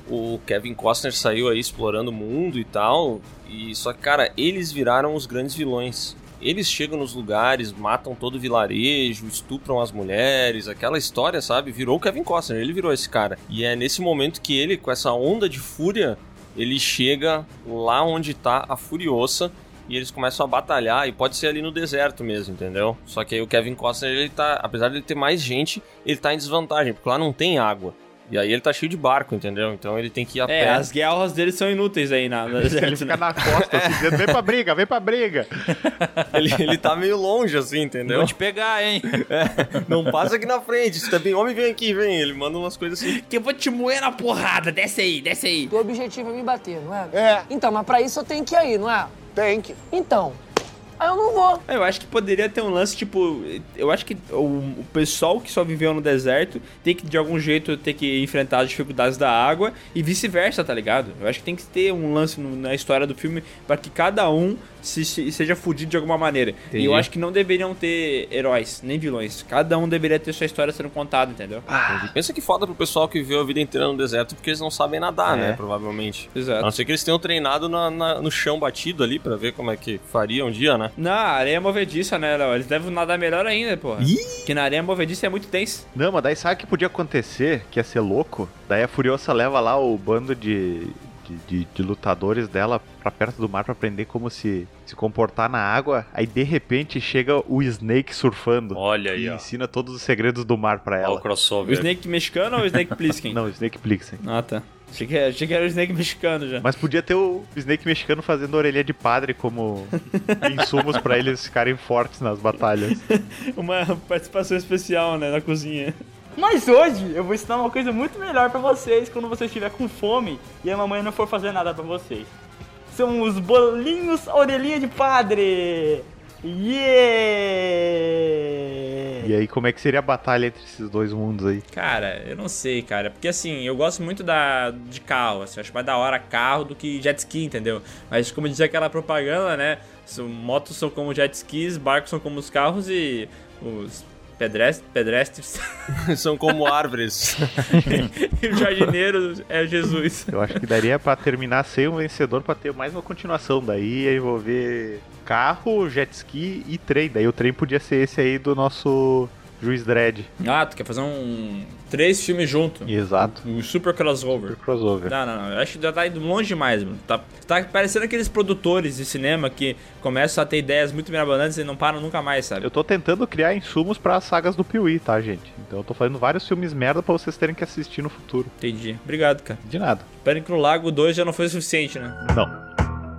o Kevin Costner saiu aí explorando o mundo e tal, e só que, cara, eles viraram os grandes vilões. Eles chegam nos lugares, matam todo o vilarejo, estupram as mulheres, aquela história, sabe? Virou o Kevin Costner, ele virou esse cara. E é nesse momento que ele, com essa onda de fúria, ele chega lá onde tá a Furiosa e eles começam a batalhar, e pode ser ali no deserto mesmo, entendeu? Só que aí o Kevin Costner, ele tá, apesar de ele ter mais gente, ele tá em desvantagem, porque lá não tem água. E aí ele tá cheio de barco, entendeu? Então ele tem que ir a é, pé. As guerras dele são inúteis aí na, na Ele fica na costa, assim, dizendo, vem pra briga, vem pra briga. ele, ele tá meio longe, assim, entendeu? Vou te pegar, hein? É, não passa aqui na frente, se tá bem homem, vem aqui, vem. Ele manda umas coisas assim. Que eu vou te moer na porrada, desce aí, desce aí. O objetivo é me bater, não é? É. Então, mas pra isso eu tenho que ir aí, não é? Tem que. Então... Aí eu não vou. Eu acho que poderia ter um lance, tipo... Eu acho que o, o pessoal que só viveu no deserto tem que, de algum jeito, ter que enfrentar as dificuldades da água e vice-versa, tá ligado? Eu acho que tem que ter um lance no, na história do filme pra que cada um se, se, seja fudido de alguma maneira. Entendi. E eu acho que não deveriam ter heróis, nem vilões. Cada um deveria ter sua história sendo contada, entendeu? Ah. Pensa que foda pro pessoal que viveu a vida inteira no deserto porque eles não sabem nadar, é. né? Provavelmente. Exato. A não ser que eles tenham treinado na, na, no chão batido ali pra ver como é que faria um dia, né? Na areia movediça, né, Léo? Eles devem nadar melhor ainda, porra. Ih! Porque na areia movediça é muito tenso. Não, mas daí sabe o que podia acontecer? Que ia ser louco? Daí a Furiosa leva lá o bando de, de, de, de lutadores dela pra perto do mar pra aprender como se, se comportar na água. Aí de repente chega o Snake surfando. Olha aí, e ó. ensina todos os segredos do mar pra ela. Olha o crossover. O Snake mexicano ou o Snake Plissken? Não, o Snake Plissken. Ah, tá. Achei que, achei que era o Snake mexicano já. Mas podia ter o Snake mexicano fazendo orelha de padre como insumos pra eles ficarem fortes nas batalhas. Uma participação especial, né, na cozinha. Mas hoje eu vou ensinar uma coisa muito melhor pra vocês quando você estiver com fome e a mamãe não for fazer nada pra vocês. São os bolinhos orelhinha de padre! Yeah! E aí, como é que seria a batalha entre esses dois mundos aí? Cara, eu não sei, cara. Porque assim, eu gosto muito da, de carro. Assim, eu acho mais da hora carro do que jet ski, entendeu? Mas como dizia aquela propaganda, né? Motos são como jet skis, barcos são como os carros e os pedestres, pedestres. são como árvores. E o jardineiro é Jesus. Eu acho que daria pra terminar sem um vencedor pra ter mais uma continuação. Daí ia envolver carro, jet ski e trem. Daí o trem podia ser esse aí do nosso Juiz Dredd. Ah, tu quer fazer um... Três filmes juntos. Exato. Um super crossover. Super crossover. Não, não, não. Eu acho que já tá indo longe demais, mano. Tá, tá parecendo aqueles produtores de cinema que começam a ter ideias muito mirabolantes e não param nunca mais, sabe? Eu tô tentando criar insumos para sagas do Piuí, tá, gente? Então eu tô fazendo vários filmes merda pra vocês terem que assistir no futuro. Entendi. Obrigado, cara. De nada. Espero que no Lago dois já não foi o suficiente, né? Não.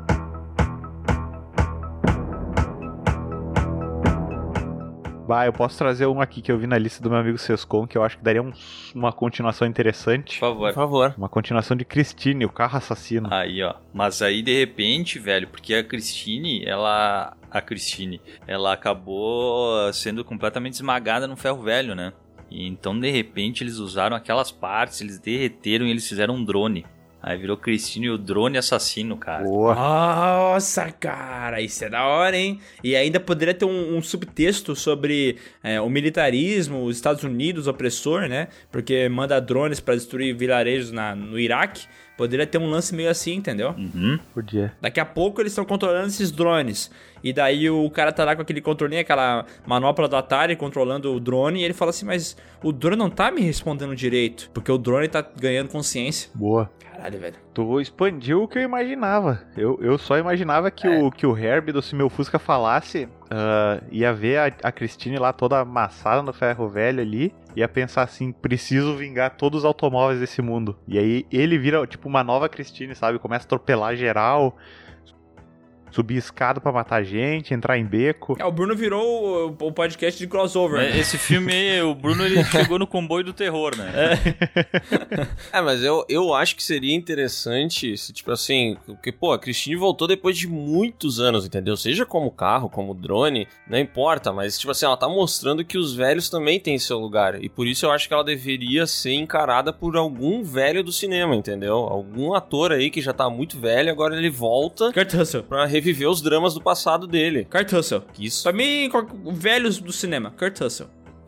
Bah, eu posso trazer um aqui que eu vi na lista do meu amigo Sescon, que eu acho que daria um, uma continuação interessante. Por favor. Por favor. Uma continuação de Christine, o carro assassino. Aí, ó. Mas aí, de repente, velho, porque a Christine, ela... A Christine, ela acabou sendo completamente esmagada no ferro velho, né? E então, de repente, eles usaram aquelas partes, eles derreteram e eles fizeram um drone. Aí virou Christine e o drone assassino, cara. Boa. Nossa, cara, isso é da hora, hein? E ainda poderia ter um, um subtexto sobre é, o militarismo, os Estados Unidos opressor, né? Porque manda drones pra destruir vilarejos na, no Iraque. Poderia ter um lance meio assim, entendeu? Uhum. Podia. Daqui a pouco eles estão controlando esses drones. E daí o cara tá lá com aquele controlinho, aquela manopla do Atari controlando o drone. E ele fala assim, mas o drone não tá me respondendo direito. Porque o drone tá ganhando consciência. Boa. Caralho, velho. Tu expandiu o que eu imaginava. Eu, eu só imaginava que, é. o, que o Herbie do Se Meu Fusca falasse, uh, ia ver a, a Christine lá toda amassada no ferro velho ali, ia pensar assim, preciso vingar todos os automóveis desse mundo. E aí ele vira tipo uma nova Christine, sabe? Começa a atropelar geral, subir escada pra matar gente, entrar em beco. É, o Bruno virou o, o podcast de crossover. É, esse filme, o Bruno, ele chegou no comboio do terror, né? É, é mas eu, eu acho que seria interessante se, tipo assim, porque, pô, a Christine voltou depois de muitos anos, entendeu? Seja como carro, como drone, não importa, mas, tipo assim, ela tá mostrando que os velhos também têm seu lugar, e por isso eu acho que ela deveria ser encarada por algum velho do cinema, entendeu? Algum ator aí que já tá muito velho, agora ele volta Kurt Russell. Pra reviver os dramas do passado dele. Kurt Russell. Isso. Pra mim, velhos do cinema. Kurt Russell.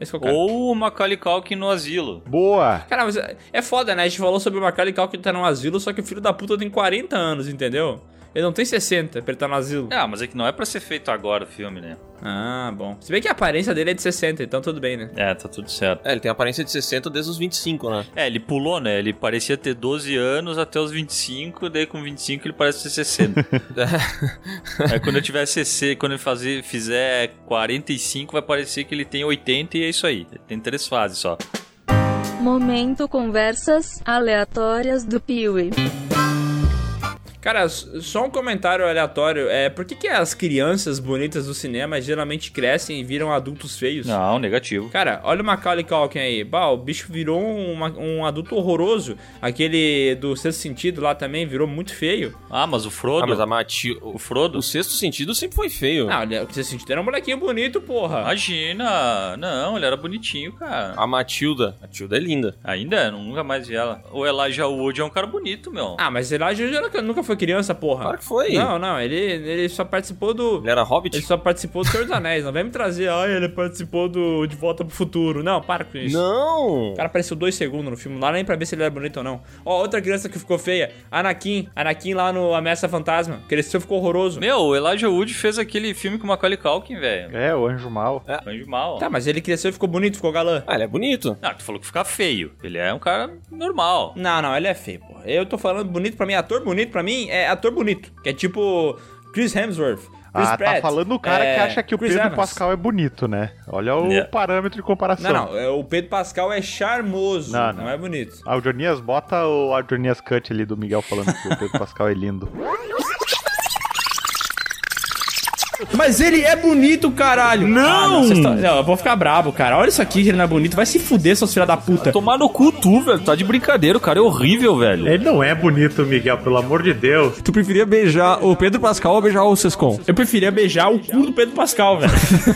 Esse que é o cara. Ou o Macaulay Culkin no asilo. Boa! Cara, mas é foda, né? A gente falou sobre o Macaulay Culkin que tá no asilo, só que o filho da puta tem quarenta anos, entendeu? Ele não tem sessenta pra ele estar no asilo. Ah, mas é que não é pra ser feito agora o filme, né? Ah, bom. Se bem que a aparência dele é de sessenta, então tudo bem, né? É, tá tudo certo. É, ele tem a aparência de sessenta desde os vinte e cinco, né? É, ele pulou, né? Ele parecia ter doze anos até os vinte e cinco, daí com vinte e cinco ele parece ter sessenta. Aí quando eu tiver C C, quando ele fazer, fizer quarenta e cinco, vai parecer que ele tem oitenta e é isso aí. Ele tem três fases só. Momento conversas aleatórias do Piuí. Cara, só um comentário aleatório. É, por que, que as crianças bonitas do cinema geralmente crescem e viram adultos feios? Não, negativo. Cara, olha o Macaulay Culkin aí. Bah, o bicho virou um, um adulto horroroso. Aquele do Sexto Sentido lá também virou muito feio. Ah, mas o Frodo... Ah, mas a Mati... O Frodo... O Sexto Sentido sempre foi feio. Não, o Sexto Sentido era um molequinho bonito, porra. Imagina. Não, ele era bonitinho, cara. A Matilda. A Matilda é linda. Ainda é, nunca mais vi ela. O Elijah Wood é um cara bonito, meu. Ah, mas Elijah Wood nunca foi criança, porra. Claro que foi. Não, não, ele, ele só participou do... Ele era Hobbit? Ele só participou do Senhor dos Anéis. Não vem me trazer, ah, ele participou do De Volta pro Futuro. Não, para com isso. Não! O cara apareceu dois segundos no filme, não dá nem pra ver se ele era bonito ou não. Ó, outra criança que ficou feia, Anakin. Anakin lá no Ameaça Fantasma. Cresceu, ficou horroroso. Meu, o Elijah Wood fez aquele filme com o Macaulay Culkin, velho. É, o Anjo Mal. É. O Anjo Mal. Tá, mas ele cresceu e ficou bonito, ficou galã. Ah, ele é bonito. Ah, tu falou que fica feio. Ele é um cara normal. Não, não, ele é feio, porra. Eu tô falando bonito pra mim, ator bonito pra mim é ator bonito. Que é tipo Chris Hemsworth. Chris ah, Pratt, tá falando o cara é... que acha que o Chris Pedro Evans. Pascal é bonito, né? Olha o Yeah. parâmetro de comparação. Não, não, o Pedro Pascal é charmoso, não, não. não é bonito. Ah, o Jonias, bota o Jonias Cut ali do Miguel falando que o Pedro Pascal é lindo. Mas ele é bonito, caralho. Não! Ah, não, vocês tão... não, eu vou ficar brabo, cara. Olha isso aqui, que ele não é bonito. Vai se fuder, seus filha da puta. Tomar no cu tu, velho. Tá de brincadeira, o cara é horrível, velho. Ele não é bonito, Miguel, pelo amor de Deus. Tu preferia beijar o Pedro Pascal ou beijar o Sescon? Eu preferia beijar o cu do Pedro Pascal, velho.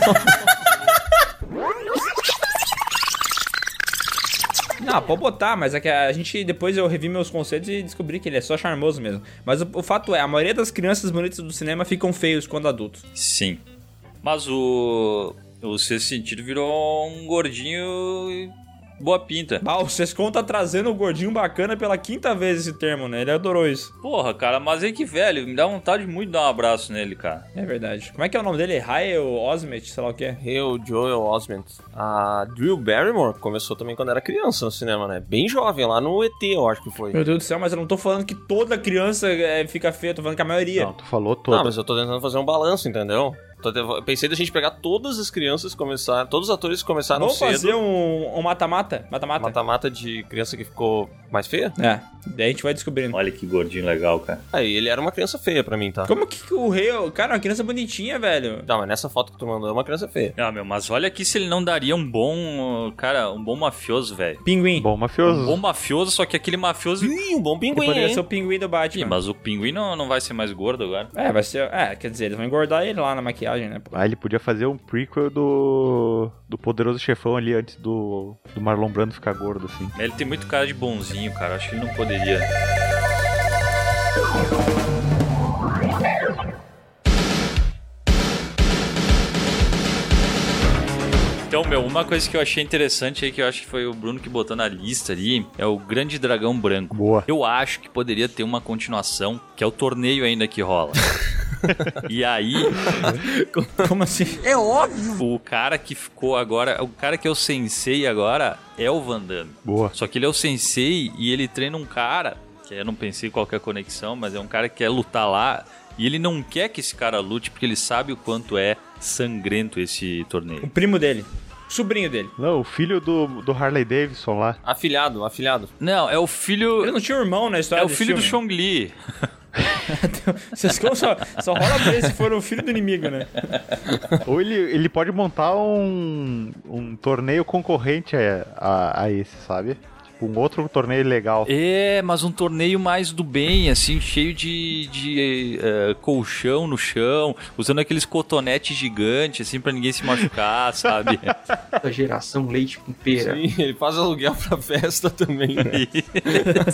Não, pode botar, mas é que a gente, depois eu revi meus conceitos e descobri que ele é só charmoso mesmo. Mas o, o fato é, a maioria das crianças bonitas do cinema ficam feios quando adultos. Sim. Mas o... O Sexto Sentido virou um gordinho... boa pinta. Ah, o Sescon tá trazendo o gordinho bacana pela quinta vez esse termo, né? Ele adorou isso. Porra, cara, mas é que, velho, me dá vontade muito de dar um abraço nele, cara. É verdade. Como é que é o nome dele? Hale Osment, sei lá o que é. Hale Joel Osment. A Drew Barrymore começou também quando era criança no cinema, né? Bem jovem, lá no E T, eu acho que foi. Meu Deus do céu, mas eu não tô falando que toda criança é, fica feia, tô falando que a maioria. Não, tu falou toda. Não, mas eu tô tentando fazer um balanço, entendeu? Eu pensei da gente pegar todas as crianças que começaram, todos os atores que começaram Vamos cedo. Vamos fazer um, um mata-mata? Mata-mata. Mata-mata de criança que ficou mais feia? É, daí a gente vai descobrindo. Olha que gordinho legal, cara. Aí, ele era uma criança feia pra mim, tá? Como que o rei... Cara, uma criança bonitinha, velho. Não, mas nessa foto que tu mandou é uma criança feia. Ah, meu, mas olha aqui se ele não daria um bom... Cara, um bom mafioso, velho. Pinguim. Bom mafioso. Um bom mafioso, só que aquele mafioso... Ih, um bom pinguim, Poderia hein? ser o pinguim do Batman. Ih, mas o pinguim não, não vai ser mais gordo agora. É, vai ser... É, quer dizer, eles vão engordar ele lá na maquiagem, né? Ah, ele podia fazer um prequel do do Poderoso Chefão ali antes do, do Marlon Brando ficar gordo, assim. Ele tem muito cara de bonzinho, cara. Acho que ele não poderia. Então, meu, uma coisa que eu achei interessante aí, que eu acho que foi o Bruno que botou na lista ali, é o Grande Dragão Branco. Boa. Eu acho que poderia ter uma continuação, que é o torneio ainda que rola. E aí... Como assim? É óbvio! O cara que ficou agora... O cara que é o sensei agora é o Van Damme. Boa. Só que ele é o sensei e ele treina um cara, que eu não pensei qual que é a conexão, mas é um cara que quer lutar lá, e ele não quer que esse cara lute, porque ele sabe o quanto é sangrento esse torneio. O primo dele. O sobrinho dele. Não, o filho do, do Harley Davidson lá. Afilhado, afilhado. Não, é o filho... Ele não tinha um irmão na história É o desse filho filme. do Chong Li. Vocês só, só rola pra ele se for o filho do inimigo, né? Ou ele, ele pode montar um, um torneio concorrente a, a, a esse, sabe? Tipo, um outro torneio legal. É, mas um torneio mais do bem, assim, cheio de, de uh, colchão no chão, usando aqueles cotonetes gigantes, assim, pra ninguém se machucar, sabe? Da geração leite com pera. Sim, ele faz aluguel pra festa também, né?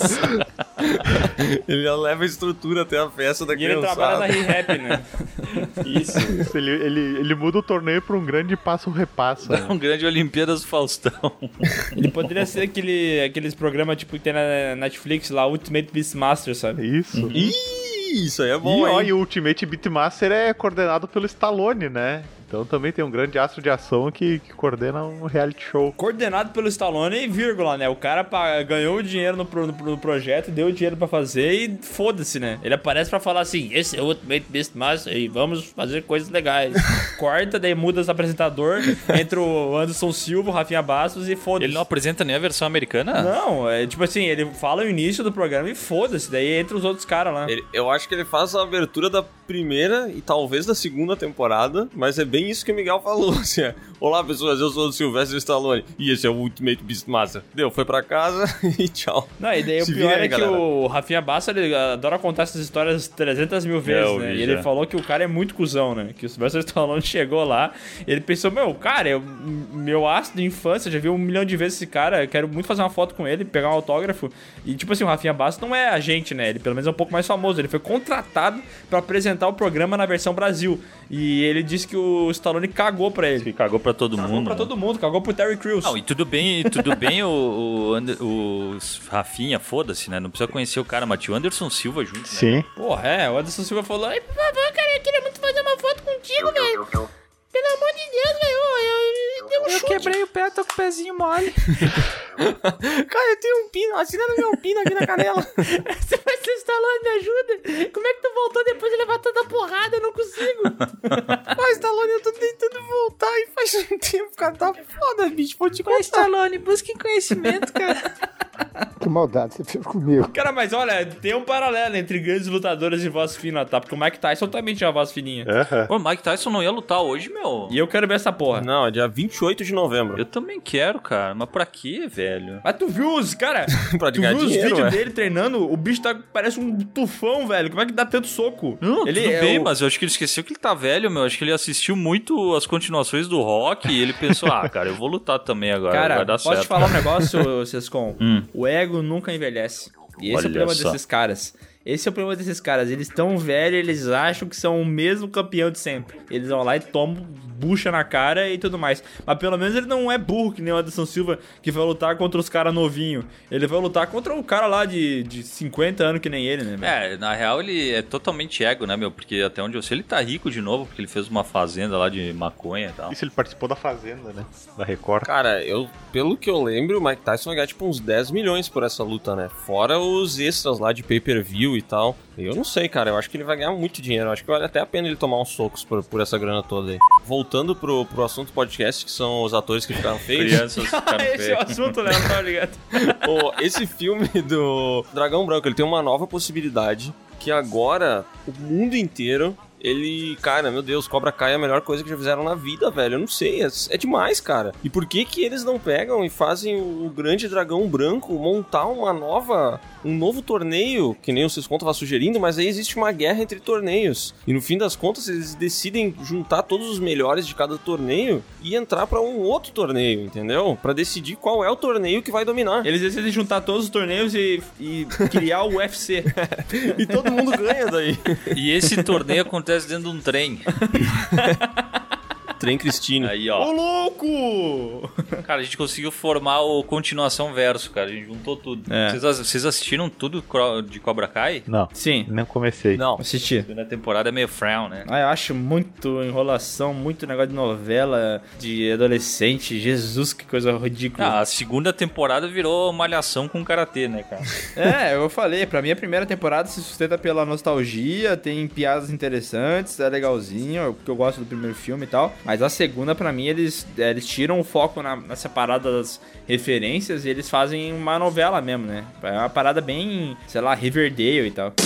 Ele leva a estrutura até a festa da E criançada. ele trabalha na ReHap, né? Isso. Isso, ele, ele, ele muda o torneio pra um grande passo-repassa. É um grande Olimpíadas Faustão. Ele poderia ser aquele, aqueles programas tipo que tem na Netflix lá, Ultimate Beastmaster, sabe? Isso. Uhum. Isso aí é bom, e, ó, hein? e o Ultimate Beatmaster é coordenado pelo Stallone, né? Então também tem um grande astro de ação que, que coordena um reality show. Coordenado pelo Stallone e vírgula, né? O cara pa- ganhou o dinheiro no, pro, no projeto, deu o dinheiro pra fazer e foda-se, né? Ele aparece pra falar assim, esse é o Ultimate Beastmaster e vamos fazer coisas legais. Corta, daí muda os apresentador, entra o Anderson Silva, o Rafinha Bastos e foda-se. Ele não apresenta nem a versão americana? Não, é tipo assim, ele fala o início do programa e foda-se, daí entra os outros caras lá. Ele, eu acho que ele faz a abertura da primeira e talvez da segunda temporada, mas é bem isso que o Miguel falou, assim, é, olá pessoas, eu sou o Sylvester Stallone e esse é o Ultimate Beastmaster. Deu, foi pra casa e tchau. Não, e daí Se o pior vira aí, é que galera. o Rafinha Bassa, ele adora contar essas histórias trezentas mil vezes, Eu né? vi E ele já. falou que o cara é muito cuzão, né? Que o Sylvester Stallone chegou lá, ele pensou, meu, cara, eu, meu astro de infância, já vi um milhão de vezes esse cara, eu quero muito fazer uma foto com ele, pegar um autógrafo. E tipo assim, o Rafinha Bassa não é agente, né? Ele pelo menos é um pouco mais famoso, ele foi contratado pra apresentar o programa na versão Brasil. E ele disse que o Stallone cagou pra ele. Que cagou pra todo Cagou mundo. pra né? todo mundo, cagou pro Terry Crews. Não, e tudo bem, tudo bem o, o, Ander- o Rafinha, foda-se, né? Não precisa conhecer o cara, mas tinha o Anderson Silva junto, né? Sim. Porra, é, o Anderson Silva falou, ai, por favor, cara, eu queria muito fazer uma foto contigo, velho. Pelo amor de Deus, velho, eu, eu dei um Eu chute. quebrei o pé, tô com o pezinho mole. Cara, eu tenho um pino, assina no meu pino aqui na canela. Você vai ser Stallone, me ajuda. Como é que tu voltou depois de levar tanta porrada? Eu não consigo. Mas Stallone, eu tô tentando voltar e faz um tempo, cara, tá foda, bicho, vou te Vai, contar. Stallone, busque conhecimento, cara. Que maldade você fez comigo. Cara, mas olha, tem um paralelo entre grandes lutadores de voz fina, tá? Porque o Mike Tyson também tinha voz fininha. Aham. Pô, o Mike Tyson não ia lutar hoje, meu. E eu quero ver essa porra. Não, é dia vinte e oito de novembro. Eu também quero, cara. Mas pra quê, velho? Mas tu viu os, cara, Pra tu ganhar viu os dinheiro, vídeos ué. dele treinando? O bicho tá, parece um tufão, velho. Como é que dá tanto soco? Não, ele tudo é bem, o... mas eu acho que ele esqueceu que ele tá velho, meu. Acho que ele assistiu muito as continuações do Rock e ele pensou, ah, cara, eu vou lutar também agora, Cara, vai dar posso certo. te falar um negócio, Sescon? Hum. O ego nunca envelhece. E esse Olha é o problema só. desses caras. Esse é o problema desses caras. Eles tão velhos, eles acham que são o mesmo campeão de sempre. Eles vão lá e tomam bucha na cara e tudo mais. Mas pelo menos ele não é burro que nem o Anderson Silva, que vai lutar contra os caras novinhos. Ele vai lutar contra o cara lá de, de cinquenta anos que nem ele, né? velho? É, na real ele é totalmente ego, né, meu? Porque até onde eu sei ele tá rico de novo, porque ele fez uma fazenda lá de maconha e tal. Isso, ele participou da Fazenda, né? Da Record. Cara, eu, pelo que eu lembro, o Mike Tyson vai ganhar tipo uns dez milhões por essa luta, né? Fora os extras lá de pay-per-view e tal. Eu não sei, cara, eu acho que ele vai ganhar muito dinheiro. Eu acho que vale até a pena ele tomar uns socos por, por essa grana toda aí. Voltando pro, pro assunto podcast, que são os atores que ficaram feios. Crianças ficaram Esse é o feias. assunto, né? Não tá ligado? Ô, esse filme do Dragão Branco, ele tem uma nova possibilidade, que agora o mundo inteiro, ele, cara, meu Deus, Cobra Kai é a melhor coisa que já fizeram na vida, velho, eu não sei, é, é demais, cara. E por que que eles não pegam e fazem o Grande Dragão Branco montar uma nova, um novo torneio, que nem o Ciscon tava sugerindo, mas aí existe uma guerra entre torneios, e no fim das contas eles decidem juntar todos os melhores de cada torneio e entrar pra um outro torneio, entendeu? Pra decidir qual é o torneio que vai dominar. Eles decidem juntar todos os torneios e, e criar o U F C. E todo mundo ganha daí. E esse torneio acontece dentro de um trem. Trem Cristine. Aí, Ô, ó. louco! Cara, a gente conseguiu formar o continuação verso, cara. A gente juntou tudo. É. Vocês, ass- vocês assistiram tudo cro- de Cobra Kai? Não, Sim, não comecei. Não. assisti. A segunda temporada é meio frown, né? Ah, eu acho muito enrolação, muito negócio de novela, de adolescente. Jesus, que coisa ridícula. Ah, a segunda temporada virou malhação com karatê, né, cara? É, eu falei, pra mim a primeira temporada se sustenta pela nostalgia, tem piadas interessantes, é legalzinho, porque eu gosto do primeiro filme e tal. Mas a segunda, pra mim, eles, eles tiram o foco na, nessa parada das referências e eles fazem uma novela mesmo, né? É uma parada bem, sei lá, Riverdale e tal.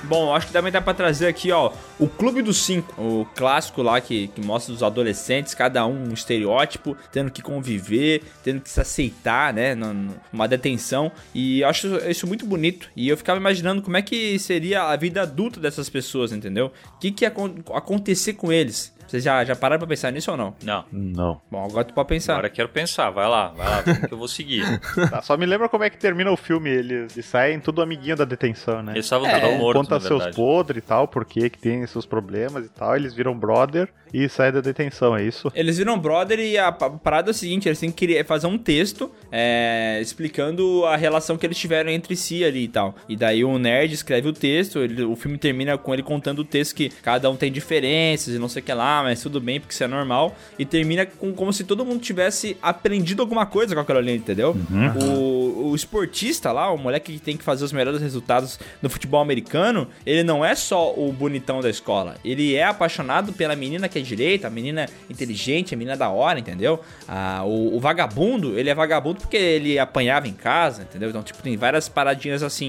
Bom, acho que também dá pra trazer aqui, ó, o Clube dos Cinco, o clássico lá que, que mostra os adolescentes, cada um um estereótipo, tendo que conviver, tendo que se aceitar, né, numa detenção, e eu acho isso muito bonito, e eu ficava imaginando como é que seria a vida adulta dessas pessoas, entendeu? O que que ia acontecer com eles? Vocês já, já pararam pra pensar nisso ou não? Não. Não. Bom, agora tu pode pensar. Agora quero pensar, vai lá, vai lá, como que eu vou seguir. Tá, só me lembra como é que termina o filme, eles, eles saem tudo amiguinho da detenção, né? Eles estavam é, mortos, conta seus podres e tal, por que que tem seus problemas e tal, eles viram brother e saem da detenção, é isso? Eles viram brother e a parada é o seguinte, eles têm que fazer um texto é, explicando a relação que eles tiveram entre si ali e tal. E daí o nerd escreve o texto, ele, o filme termina com ele contando o texto que cada um tem diferenças e não sei o que lá, mas tudo bem, porque isso é normal. E termina com, como se todo mundo tivesse aprendido alguma coisa com aquilo ali, entendeu? Uhum. O, o esportista lá, o moleque que tem que fazer os melhores resultados no futebol americano, ele não é só o bonitão da escola. Ele é apaixonado pela menina que é direita, a menina inteligente, a menina da hora, entendeu? Ah, o, o vagabundo, ele é vagabundo porque ele apanhava em casa, entendeu? Então, tipo, tem várias paradinhas assim.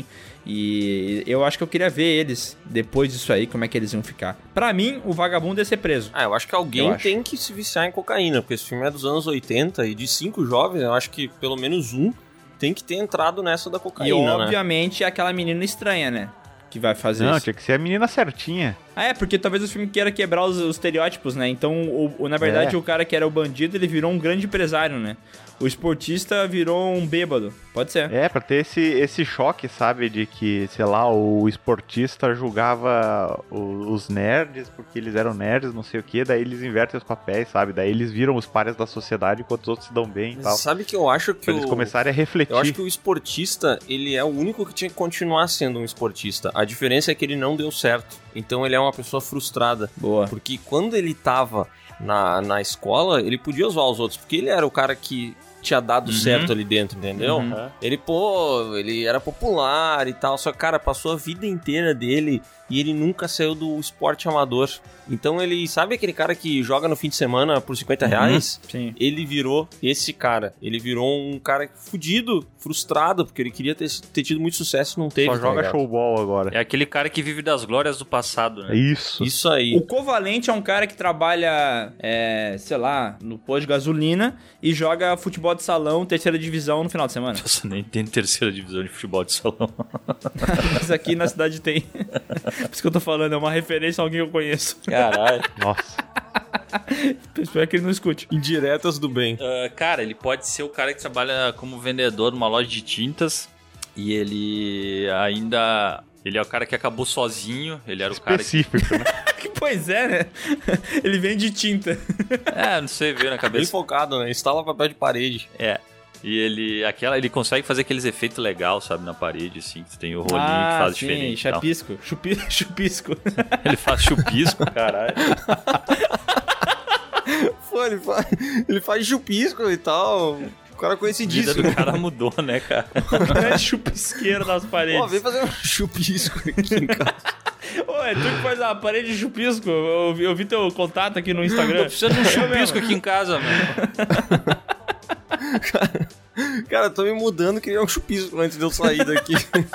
E eu acho que eu queria ver eles, depois disso aí, como é que eles iam ficar. Pra mim, o vagabundo ia ser preso. Ah, eu acho que alguém eu tem acho. que se viciar em cocaína, porque esse filme é dos anos oitenta e de cinco jovens, eu acho que pelo menos um tem que ter entrado nessa da cocaína, E né? obviamente é aquela menina estranha, né? Que vai fazer Não, isso. tinha que ser a menina certinha. Ah, é, porque talvez o filme queira quebrar os, os estereótipos, né? Então, o, o, na verdade, É. o cara que era o bandido, ele virou um grande empresário, né? O esportista virou um bêbado. Pode ser. É, pra ter esse, esse choque, sabe, de que, sei lá, o esportista julgava o- os nerds porque eles eram nerds, não sei o que, daí eles invertem os papéis, sabe? Daí eles viram os pares da sociedade enquanto os outros se dão bem e tal. Sabe que eu acho que Pra eles o... começarem a refletir. Eu acho que o esportista, ele é o único que tinha que continuar sendo um esportista. A diferença é que ele não deu certo. Então ele é uma pessoa frustrada. Boa. Porque quando ele tava na, na escola, ele podia zoar os outros. Porque ele era o cara que tinha dado Uhum. certo ali dentro, entendeu? Uhum. Ele, pô, ele era popular e tal. Só que, cara, passou a vida inteira dele e ele nunca saiu do esporte amador. Então ele, sabe aquele cara que joga no fim de semana por cinquenta reais? Uhum. Sim. Ele virou esse cara. Ele virou um cara fudido, frustrado, porque ele queria ter, ter tido muito sucesso e não teve. Só tá joga ligado? showball agora. É aquele cara que vive das glórias do passado, né? É isso. Isso aí. O Covalente é um cara que trabalha, é, sei lá, no posto de gasolina e joga futebol de salão, terceira divisão no final de semana. Nossa, nem tem terceira divisão de futebol de salão. Mas aqui na cidade tem. Por isso que eu tô falando, é uma referência a alguém que eu conheço. Caralho. Nossa. Espero que ele não escute. Indiretas do bem. Uh, cara, ele pode ser o cara que trabalha como vendedor numa loja de tintas e ele ainda... Ele é o cara que acabou sozinho, ele era o cara que... Específico, né? Pois é, né? Ele vende tinta. É, não sei, veio na Bem cabeça. focado, né? Instala papel de parede. É. E ele, aquela, ele consegue fazer aqueles efeitos legais, sabe, na parede, assim, que tem o rolinho ah, que faz sim, diferente. e tal. chapisco. Chupi, chupisco. Ele faz chupisco, caralho. Pô, ele faz, ele faz chupisco e tal. O cara A vida conhecidíssimo. do cara mudou, né, cara? É chupisqueiro das paredes. Pô, vem fazer um chupisco aqui em casa. Ô, é tu que faz a parede de chupisco. Eu, vi- eu vi teu contato aqui no Instagram. Tô precisando de um chupisco aqui em casa, mano. Cara, eu tô me mudando, queria um chupisco antes de eu sair daqui.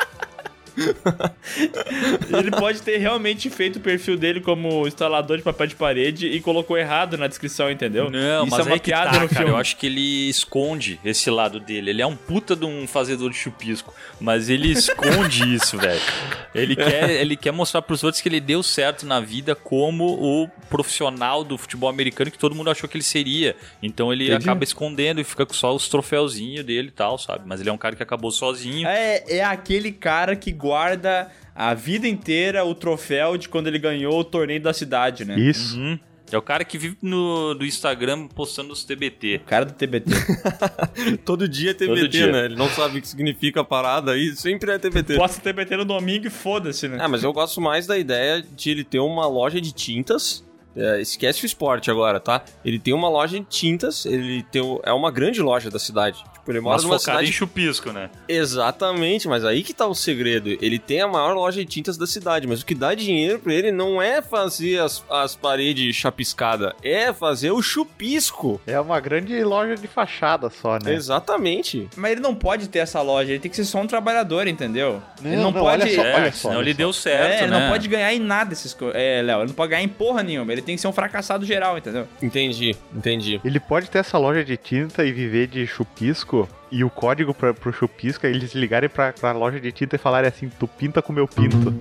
Ele pode ter realmente feito o perfil dele como instalador de papel de parede e colocou errado na descrição, entendeu? Não, Isso mas é uma aí que piada tá, no cara. filme. Eu acho que ele esconde esse lado dele. Ele é um puta de um fazedor de chupisco, mas ele esconde isso, velho. Ele quer, ele quer mostrar pros outros que ele deu certo na vida como o profissional do futebol americano que todo mundo achou que ele seria. Então ele Entendi. acaba escondendo e fica com só os troféuzinhos dele e tal, sabe? Mas ele é um cara que acabou sozinho. É, é aquele cara que guarda a vida inteira o troféu de quando ele ganhou o torneio da cidade, né? Isso. Uhum. É o cara que vive no do Instagram postando os T B T. O cara do T B T. Todo dia é T B T, Todo dia. né? Ele não sabe o que significa a parada aí, sempre é T B T. Posta T B T no domingo e foda-se, né? Ah, mas eu gosto mais da ideia de ele ter uma loja de tintas É, esquece o esporte agora, tá? Ele tem uma loja de tintas, ele tem o, é uma grande loja da cidade. Tipo, ele mora mas numa focado cidade... em chupisco, né? Exatamente, mas aí que tá o segredo. Ele tem a maior loja de tintas da cidade, mas o que dá dinheiro pra ele não é fazer as, as paredes chapiscadas, é fazer o chupisco. É uma grande loja de fachada só, né? Exatamente. Mas ele não pode ter essa loja, ele tem que ser só um trabalhador, entendeu? Não, ele não, não, pode... olha só, É, olha só, senão olha ele só. deu certo, É, ele né? não pode ganhar em nada esses coisas. É, Léo, ele não pode ganhar em porra nenhuma. Ele tem que ser um fracassado geral, entendeu? Entendi, entendi. Ele pode ter essa loja de tinta e viver de chupisco, e o código pra, pro chupisco é eles ligarem pra, pra loja de tinta e falarem assim, tu pinta com meu pinto.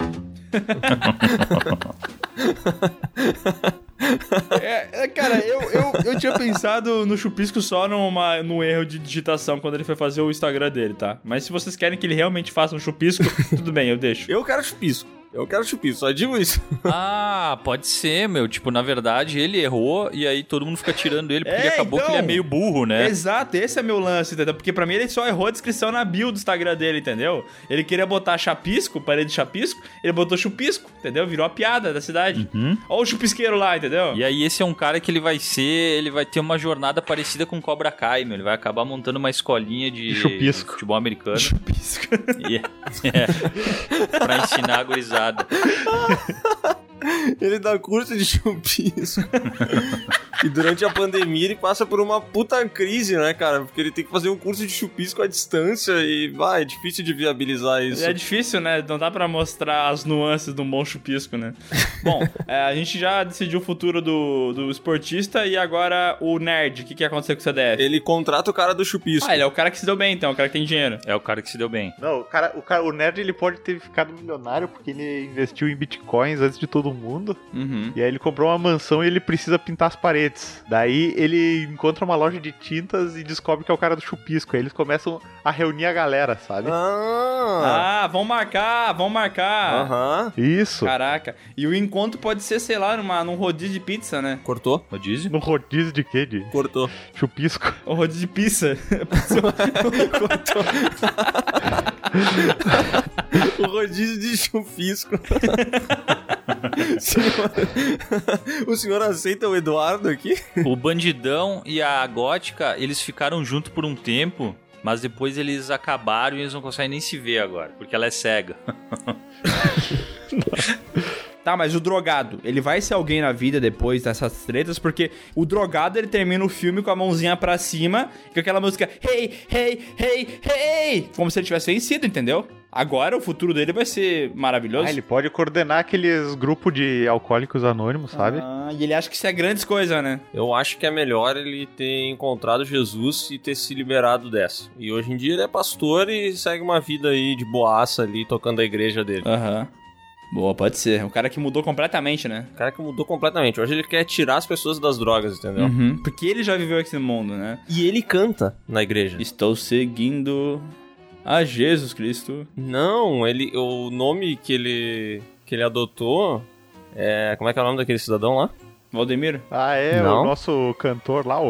É, é, cara, eu, eu, eu tinha pensado no chupisco só numa, num erro de digitação quando ele foi fazer o Instagram dele, tá? Mas se vocês querem que ele realmente faça um chupisco, tudo bem, eu deixo. Eu quero chupisco. Eu quero chupisco, só digo isso. Ah, pode ser, meu. Tipo, na verdade, ele errou e aí todo mundo fica tirando ele porque É, acabou então, que ele é meio burro, né? Exato, esse é meu lance, entendeu? Porque pra mim ele só errou a descrição na bio do Instagram dele, entendeu? Ele queria botar chapisco, parede de chapisco, ele botou chupisco, entendeu? Virou a piada da cidade. Uhum. Olha o chupisqueiro lá, entendeu? E aí esse é um cara que ele vai ser, ele vai ter uma jornada parecida com Cobra Kai, meu. Ele vai acabar montando uma escolinha de, De chupisco. de futebol americano. Chupisco. E, é, pra ensinar a gurizada. Ele dá curso de chupisco. E durante a pandemia ele passa por uma puta crise, né, cara? Porque ele tem que fazer um curso de chupisco à distância e, vai, é difícil de viabilizar isso. É difícil, né? Não dá pra mostrar as nuances de um bom chupisco, né? Bom, é, a gente já decidiu o futuro do, do esportista e agora o nerd. O que, que ia acontecer com o C D F? Ele contrata o cara do chupisco. Ah, ele é o cara que se deu bem, então. O cara que tem dinheiro. É o cara que se deu bem. Não, o cara, o cara, o nerd ele pode ter ficado milionário porque ele investiu em bitcoins antes de todo mundo. Uhum. E aí ele comprou uma mansão e ele precisa pintar as paredes. Daí ele encontra uma loja de tintas e descobre que é o cara do chupisco. Aí eles começam a reunir a galera, sabe? Ah, Ah, vão marcar, vão marcar. aham. Isso. Caraca. E o encontro pode ser, sei lá, numa, num rodízio de pizza, né? Cortou? Rodízio? No rodízio de quê? De Cortou. chupisco. O rodízio de pizza. Cortou. O rodízio de chupisco. Senhor... O senhor aceita o Eduardo aqui? O Bandidão e a Gótica, eles ficaram juntos por um tempo, mas depois eles acabaram e eles não conseguem nem se ver agora, porque ela é cega. Tá, mas o drogado, ele vai ser alguém na vida depois dessas tretas, porque o drogado, ele termina o filme com a mãozinha pra cima, com aquela música hey, hey, hey, hey, como se ele tivesse vencido, entendeu? Agora o futuro dele vai ser maravilhoso. Ah, ele pode coordenar aqueles grupos de alcoólicos anônimos, sabe? Ah, e ele acha que isso é grandes coisas, né? Eu acho que é melhor ele ter encontrado Jesus e ter se liberado dessa. E hoje em dia ele é pastor e segue uma vida aí de boaça ali, tocando a igreja dele. Aham. Boa, pode ser. Um cara que mudou completamente, né? O cara que mudou completamente. Hoje ele quer tirar as pessoas das drogas, entendeu? Uhum. Porque ele já viveu esse mundo, né? E ele canta na igreja. Estou seguindo a Jesus Cristo. Não, ele, o nome que ele, que ele adotou é... Como é que é o nome daquele cidadão lá? Valdemiro? Ah, é, Não. o nosso cantor lá, o...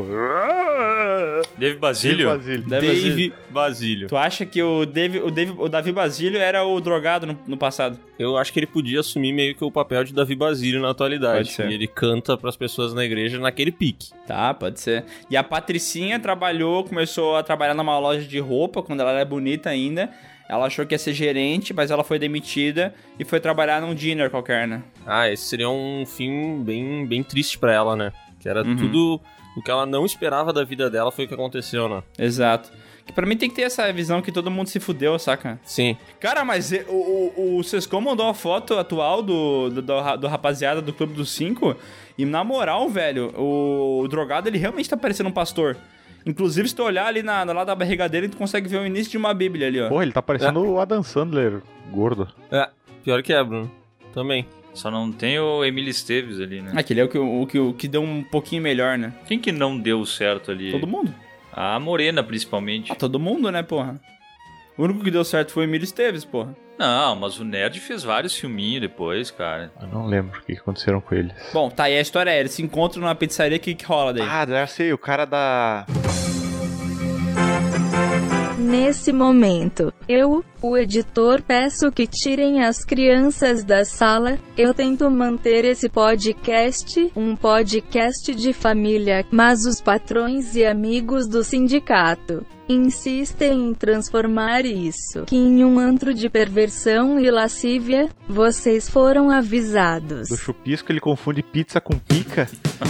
Dave Basílio? Basílio. Dave Dave Basílio. Tu acha que o, Dave, o, Dave, o Davi Basílio era o drogado no, no passado? Eu acho que ele podia assumir meio que o papel de Davi Basílio na atualidade. Pode ser. E ele canta pras pessoas na igreja naquele pique. Tá, pode ser. E a Patricinha trabalhou, começou a trabalhar numa loja de roupa, quando ela era bonita ainda. Ela achou que ia ser gerente, mas ela foi demitida e foi trabalhar num dinner qualquer, né? Ah, esse seria um fim bem, bem triste pra ela, né? Que era Uhum. tudo o que ela não esperava da vida dela foi o que aconteceu, né? Exato. Que pra mim tem que ter essa visão que todo mundo se fudeu, saca? Sim. Cara, mas e- o, o, o Sescom mandou a foto atual do, do, do, ra- do rapaziada do Clube dos Cinco. E na moral, velho, o, o drogado, ele realmente tá parecendo um pastor. Inclusive, se tu olhar ali na, lá da barriga dele, tu consegue ver o início de uma bíblia ali, ó. Porra, ele tá parecendo o Adam Sandler, gordo. É, pior que é, Bruno. Também. Só não tem o Emílio Esteves ali, né? Aquele é o que, o, que, o que deu um pouquinho melhor, né? Quem que não deu certo ali? Todo mundo. A Morena, principalmente. Ah, todo mundo, né, porra? O único que deu certo foi o Emílio Esteves, porra. Não, mas o Nerd fez vários filminhos depois, cara. Eu não lembro o que aconteceram com eles. Bom, tá aí a história é, eles se encontram numa pizzaria, o que, que rola daí? Ah, já sei, o cara da... nesse momento. Eu, o editor, peço que tirem as crianças da sala. Eu tento manter esse podcast um podcast de família, mas os patrões e amigos do sindicato insistem em transformar isso que em um antro de perversão e lascívia. Vocês foram avisados. Do chupisco ele confunde pizza com pica.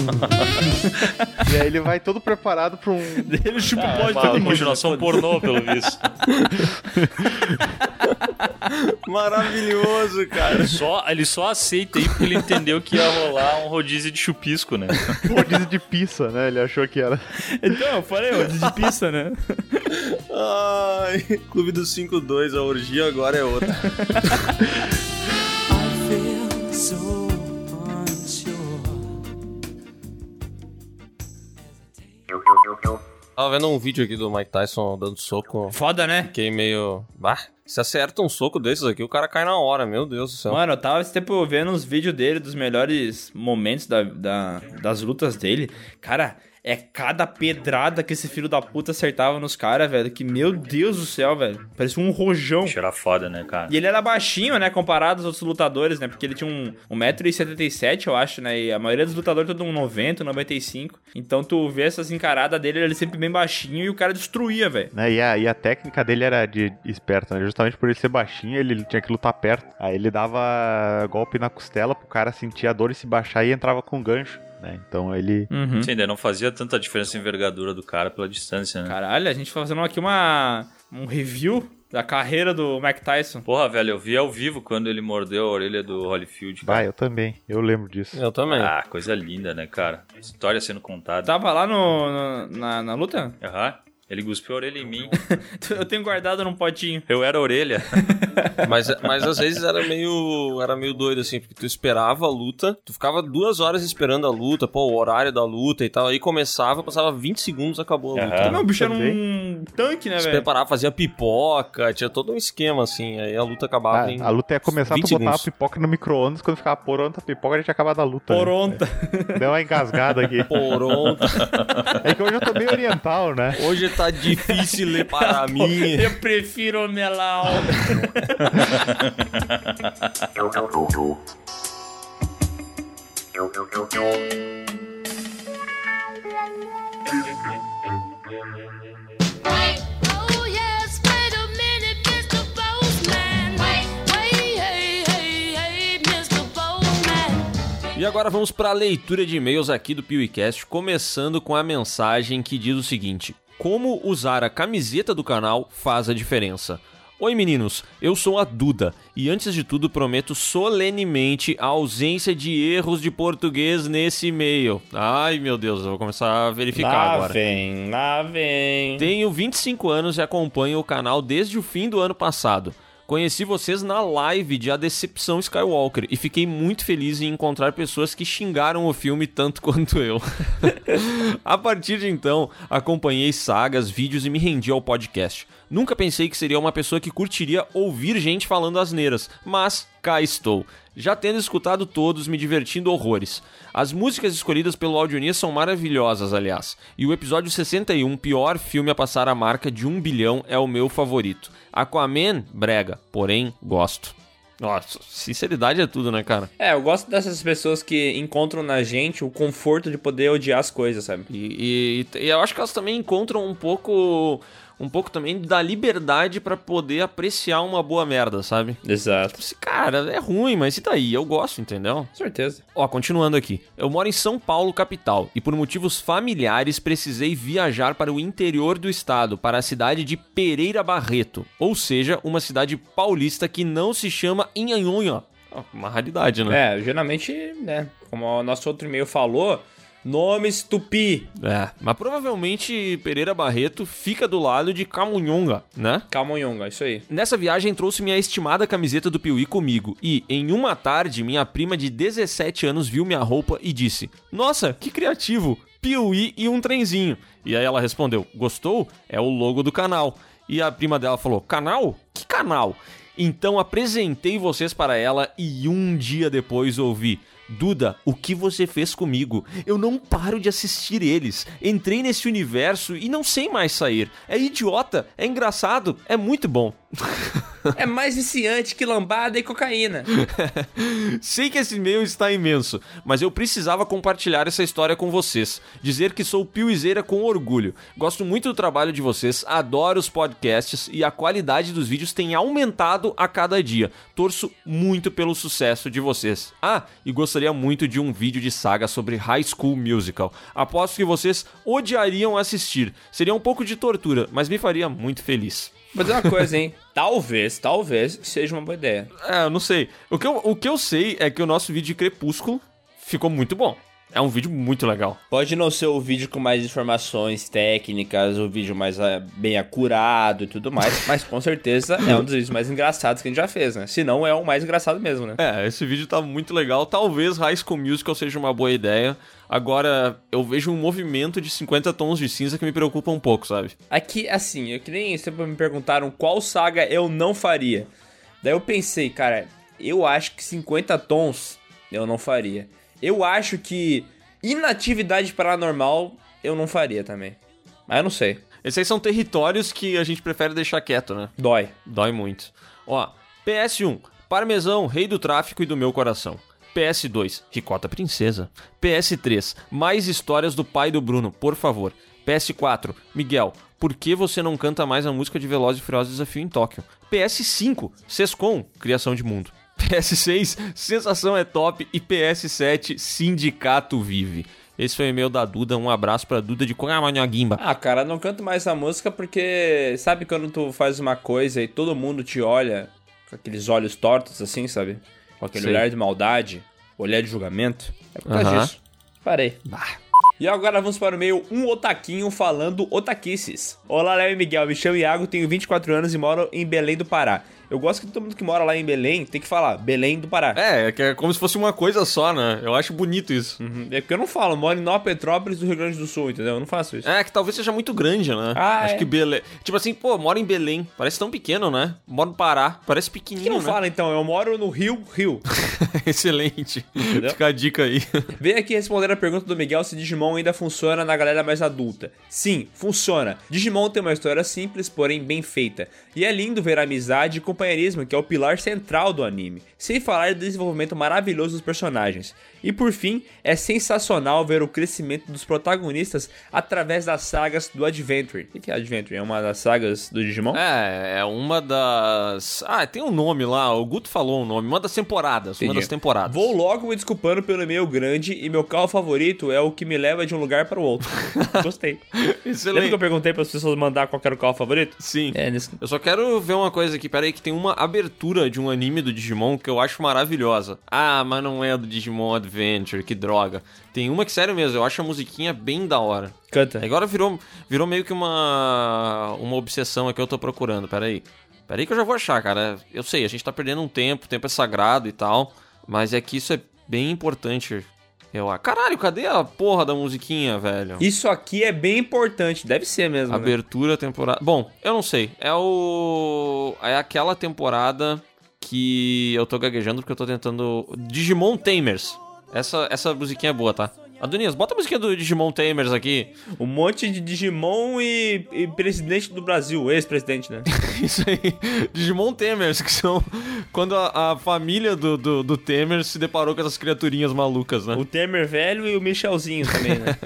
E aí ele vai todo preparado pra um... Ele chupa Ah, pode uma todo mundo. continuação pornô, pelo visto. Maravilhoso, cara. Só, ele só aceita aí porque ele entendeu que ia rolar um rodízio de chupisco, né? Rodízio de pizza, né? Ele achou que era. Então, eu falei, rodízio de pizza, né? Ai, Clube dos cinco dois, a orgia agora é outra. Tava vendo um vídeo aqui do Mike Tyson dando soco. Foda, né? Fiquei meio... Bah, se acerta um soco desses aqui, o cara cai na hora, meu Deus do céu. Mano, eu tava esse tempo vendo uns vídeos dele, dos melhores momentos da, da, das lutas dele. Cara, é cada pedrada que esse filho da puta acertava nos caras, velho. Que, meu Deus do céu, velho. Parecia um rojão. Era foda, né, cara? E ele era baixinho, né, comparado aos outros lutadores, né? Porque ele tinha um, um metro e setenta e sete, eu acho, né? E a maioria dos lutadores todo um noventa, noventa e cinco. Então tu vê essas encaradas dele, ele sempre bem baixinho e o cara destruía, velho. Né, e, a, e a técnica dele era de esperto, né? Justamente por ele ser baixinho, ele tinha que lutar perto. Aí ele dava golpe na costela pro cara sentir a dor e se baixar e entrava com gancho. Né? Então ele... Uhum. Sim, ainda não fazia tanta diferença em envergadura do cara pela distância, né? Caralho, a gente fazendo aqui uma, um review da carreira do Mike Tyson. Porra, velho, eu vi ao vivo quando ele mordeu a orelha do Holyfield. Vai, eu também. Eu lembro disso. Eu também. Ah, coisa linda, né, cara? História sendo contada. Tava lá no, no na, na luta? Aham. Uhum. Ele cuspiu a orelha em mim. Eu tenho guardado num potinho. Eu era a orelha. mas, mas às vezes era meio, era meio doido, assim, porque tu esperava a luta, tu ficava duas horas esperando a luta, pô, o horário da luta e tal, aí começava, passava vinte segundos, acabou a luta. Uhum. Não, o bicho era um tanque, né, velho? Se preparava, fazia pipoca, tinha todo um esquema, assim, aí a luta acabava ah, em A luta ia começar, tu botar segundos. a pipoca no micro-ondas, quando ficava poronta a pipoca, a gente ia acabar da luta. Poronta. Né? Deu uma engasgada aqui. Poronta. É que hoje eu tô meio oriental, né? Hoje tá difícil ler para mim. Eu prefiro o melau. E agora vamos para a leitura de e-mails aqui do PeeWeeCast, começando com a mensagem que diz o seguinte: como usar a camiseta do canal faz a diferença. Oi meninos, eu sou a Duda e antes de tudo prometo solenemente a ausência de erros de português nesse e-mail. Ai meu Deus, eu vou começar a verificar lá agora. Lá vem, lá vem. Tenho vinte e cinco anos e acompanho o canal desde o fim do ano passado. Conheci vocês na live de A Decepção Skywalker e fiquei muito feliz em encontrar pessoas que xingaram o filme tanto quanto eu. A partir de então, acompanhei sagas, vídeos e me rendi ao podcast. Nunca pensei que seria uma pessoa que curtiria ouvir gente falando asneiras, mas cá estou. Já tendo escutado todos, me divertindo horrores. As músicas escolhidas pelo Audionia são maravilhosas, aliás. E o episódio sessenta e um, pior filme a passar a marca de um bilhão, é o meu favorito. Aquaman, brega, porém, gosto. Nossa, sinceridade é tudo, né, cara? É, eu gosto dessas pessoas que encontram na gente o conforto de poder odiar as coisas, sabe? E, e, e eu acho que elas também encontram um pouco... um pouco também da liberdade pra poder apreciar uma boa merda, sabe? Exato. Tipo, cara, é ruim, mas e daí? Eu gosto, entendeu? Com certeza. Ó, continuando aqui. Eu moro em São Paulo, capital, e por motivos familiares precisei viajar para o interior do estado, para a cidade de Pereira Barreto, ou seja, uma cidade paulista que não se chama Inhanhonha. Uma raridade, né? É, geralmente, né, como o nosso outro e-mail falou... Nomes tupi. É, mas provavelmente Pereira Barreto fica do lado de Camunhonga, né? Camunhonga, isso aí. Nessa viagem trouxe minha estimada camiseta do Piuí comigo e, em uma tarde, minha prima de dezessete anos viu minha roupa e disse: nossa, que criativo, Piuí e um trenzinho. E aí ela respondeu: gostou? É o logo do canal. E a prima dela falou: canal? Que canal? Então apresentei vocês para ela e um dia depois ouvi: Duda, o que você fez comigo? Eu não paro de assistir eles. Entrei nesse universo e não sei mais sair. É idiota, é engraçado, é muito bom. É mais viciante que lambada e cocaína. Sei que esse e-mail está imenso, mas eu precisava compartilhar essa história com vocês. Dizer que sou piuizeira com orgulho. Gosto muito do trabalho de vocês, adoro os podcasts e a qualidade dos vídeos tem aumentado a cada dia. Torço muito pelo sucesso de vocês. Ah, e gostaria muito de um vídeo de saga sobre High School Musical. Aposto que vocês odiariam assistir. Seria um pouco de tortura, mas me faria muito feliz. Vou dizer uma coisa, hein? Talvez, talvez seja uma boa ideia. É, eu não sei. O que eu, o que eu sei é que o nosso vídeo de Crepúsculo ficou muito bom. É um vídeo muito legal. Pode não ser o vídeo com mais informações técnicas, o vídeo mais uh, bem acurado e tudo mais, mas com certeza é um dos vídeos mais engraçados que a gente já fez, né? Se não, é o mais engraçado mesmo, né? É, esse vídeo tá muito legal. Talvez High School Musical seja uma boa ideia. Agora, eu vejo um movimento de cinquenta tons de cinza que me preocupa um pouco, sabe? Aqui, assim, eu que nem sempre me perguntaram qual saga eu não faria. Daí eu pensei, cara, eu acho que cinquenta tons eu não faria. Eu acho que Inatividade Paranormal eu não faria também. Mas eu não sei. Esses aí são territórios que a gente prefere deixar quieto, né? Dói. Dói muito. Ó, P S um, Parmesão, rei do tráfico e do meu coração. P S dois, Ricota Princesa. P S três, mais histórias do pai do Bruno, por favor. P S quatro, Miguel, por que você não canta mais a música de Velozes e Furiosos Desafio em Tóquio? P S cinco, Sescom, Criação de Mundo. P S seis, Sensação é Top. E P S sete, Sindicato Vive. Esse foi o e-mail da Duda. Um abraço pra Duda de Coramanhoguimba. Ah, cara, não canto mais essa música porque... Sabe quando tu faz uma coisa e todo mundo te olha com aqueles olhos tortos assim, sabe? Com aquele Sei. olhar de maldade, olhar de julgamento. É por causa Aham. disso. Parei. Bah. E agora vamos para o e-mail Um Otaquinho falando otaquices. Olá, Léo e Miguel. Me chamo Iago, tenho vinte e quatro anos e moro em Belém do Pará. Eu gosto que todo mundo que mora lá em Belém tem que falar Belém do Pará. É, que é como se fosse uma coisa só, né? Eu acho bonito isso. Uhum. É porque eu não falo, eu moro em Nova Petrópolis do Rio Grande do Sul, entendeu? Eu não faço isso. É, que talvez seja muito grande, né? Ah, acho é. que Belém... Tipo assim, pô, moro em Belém. Parece tão pequeno, né? Moro no Pará. Parece Por que pequenininho, não né? fala então? Eu moro no Rio, Rio. Excelente. Entendeu? Fica a dica aí. Venho aqui responder a pergunta do Miguel se Digimon ainda funciona na galera mais adulta. Sim, funciona. Digimon tem uma história simples, porém bem feita. E é lindo ver a amizade e companheirismo, que é o pilar central do anime. Sem falar do desenvolvimento maravilhoso dos personagens. E por fim, é sensacional ver o crescimento dos protagonistas através das sagas do Adventure. O que é Adventure? É uma das sagas do Digimon? É, é uma das... Ah, tem um nome lá, o Guto falou um nome. Uma das temporadas, Entendi. uma das temporadas. Vou logo me desculpando pelo e-mail grande e meu carro favorito é o que me leva de um lugar para o outro. Gostei. Excelente. Lembra que eu perguntei para as pessoas mandar qual era o carro favorito? Sim. É, nesse... Eu só quero ver uma coisa aqui, peraí, que tem uma abertura de um anime do Digimon que eu acho maravilhosa. Ah, mas não é do Digimon Adventure, que droga. Tem uma que, sério mesmo, eu acho a musiquinha bem da hora. Canta. Agora virou, virou meio que uma, uma obsessão aqui que eu tô procurando, peraí. Peraí que eu já vou achar, cara. Eu sei, a gente tá perdendo um tempo, o tempo é sagrado e tal, mas é que isso é bem importante. Eu, ah, caralho, cadê a porra da musiquinha, velho? Isso aqui é bem importante, deve ser mesmo. Abertura, né? temporada... Bom, eu não sei. É o... É aquela temporada que eu tô gaguejando porque eu tô tentando... Digimon Tamers. Essa, essa musiquinha é boa, tá? Adonias, bota a musiquinha do Digimon Tamers aqui. Um monte de Digimon e, e presidente do Brasil, ex-presidente, né? Isso aí. Digimon Tamers, que são quando a, a família do, do, do Temer se deparou com essas criaturinhas malucas, né? O Temer velho e o Michelzinho também, né?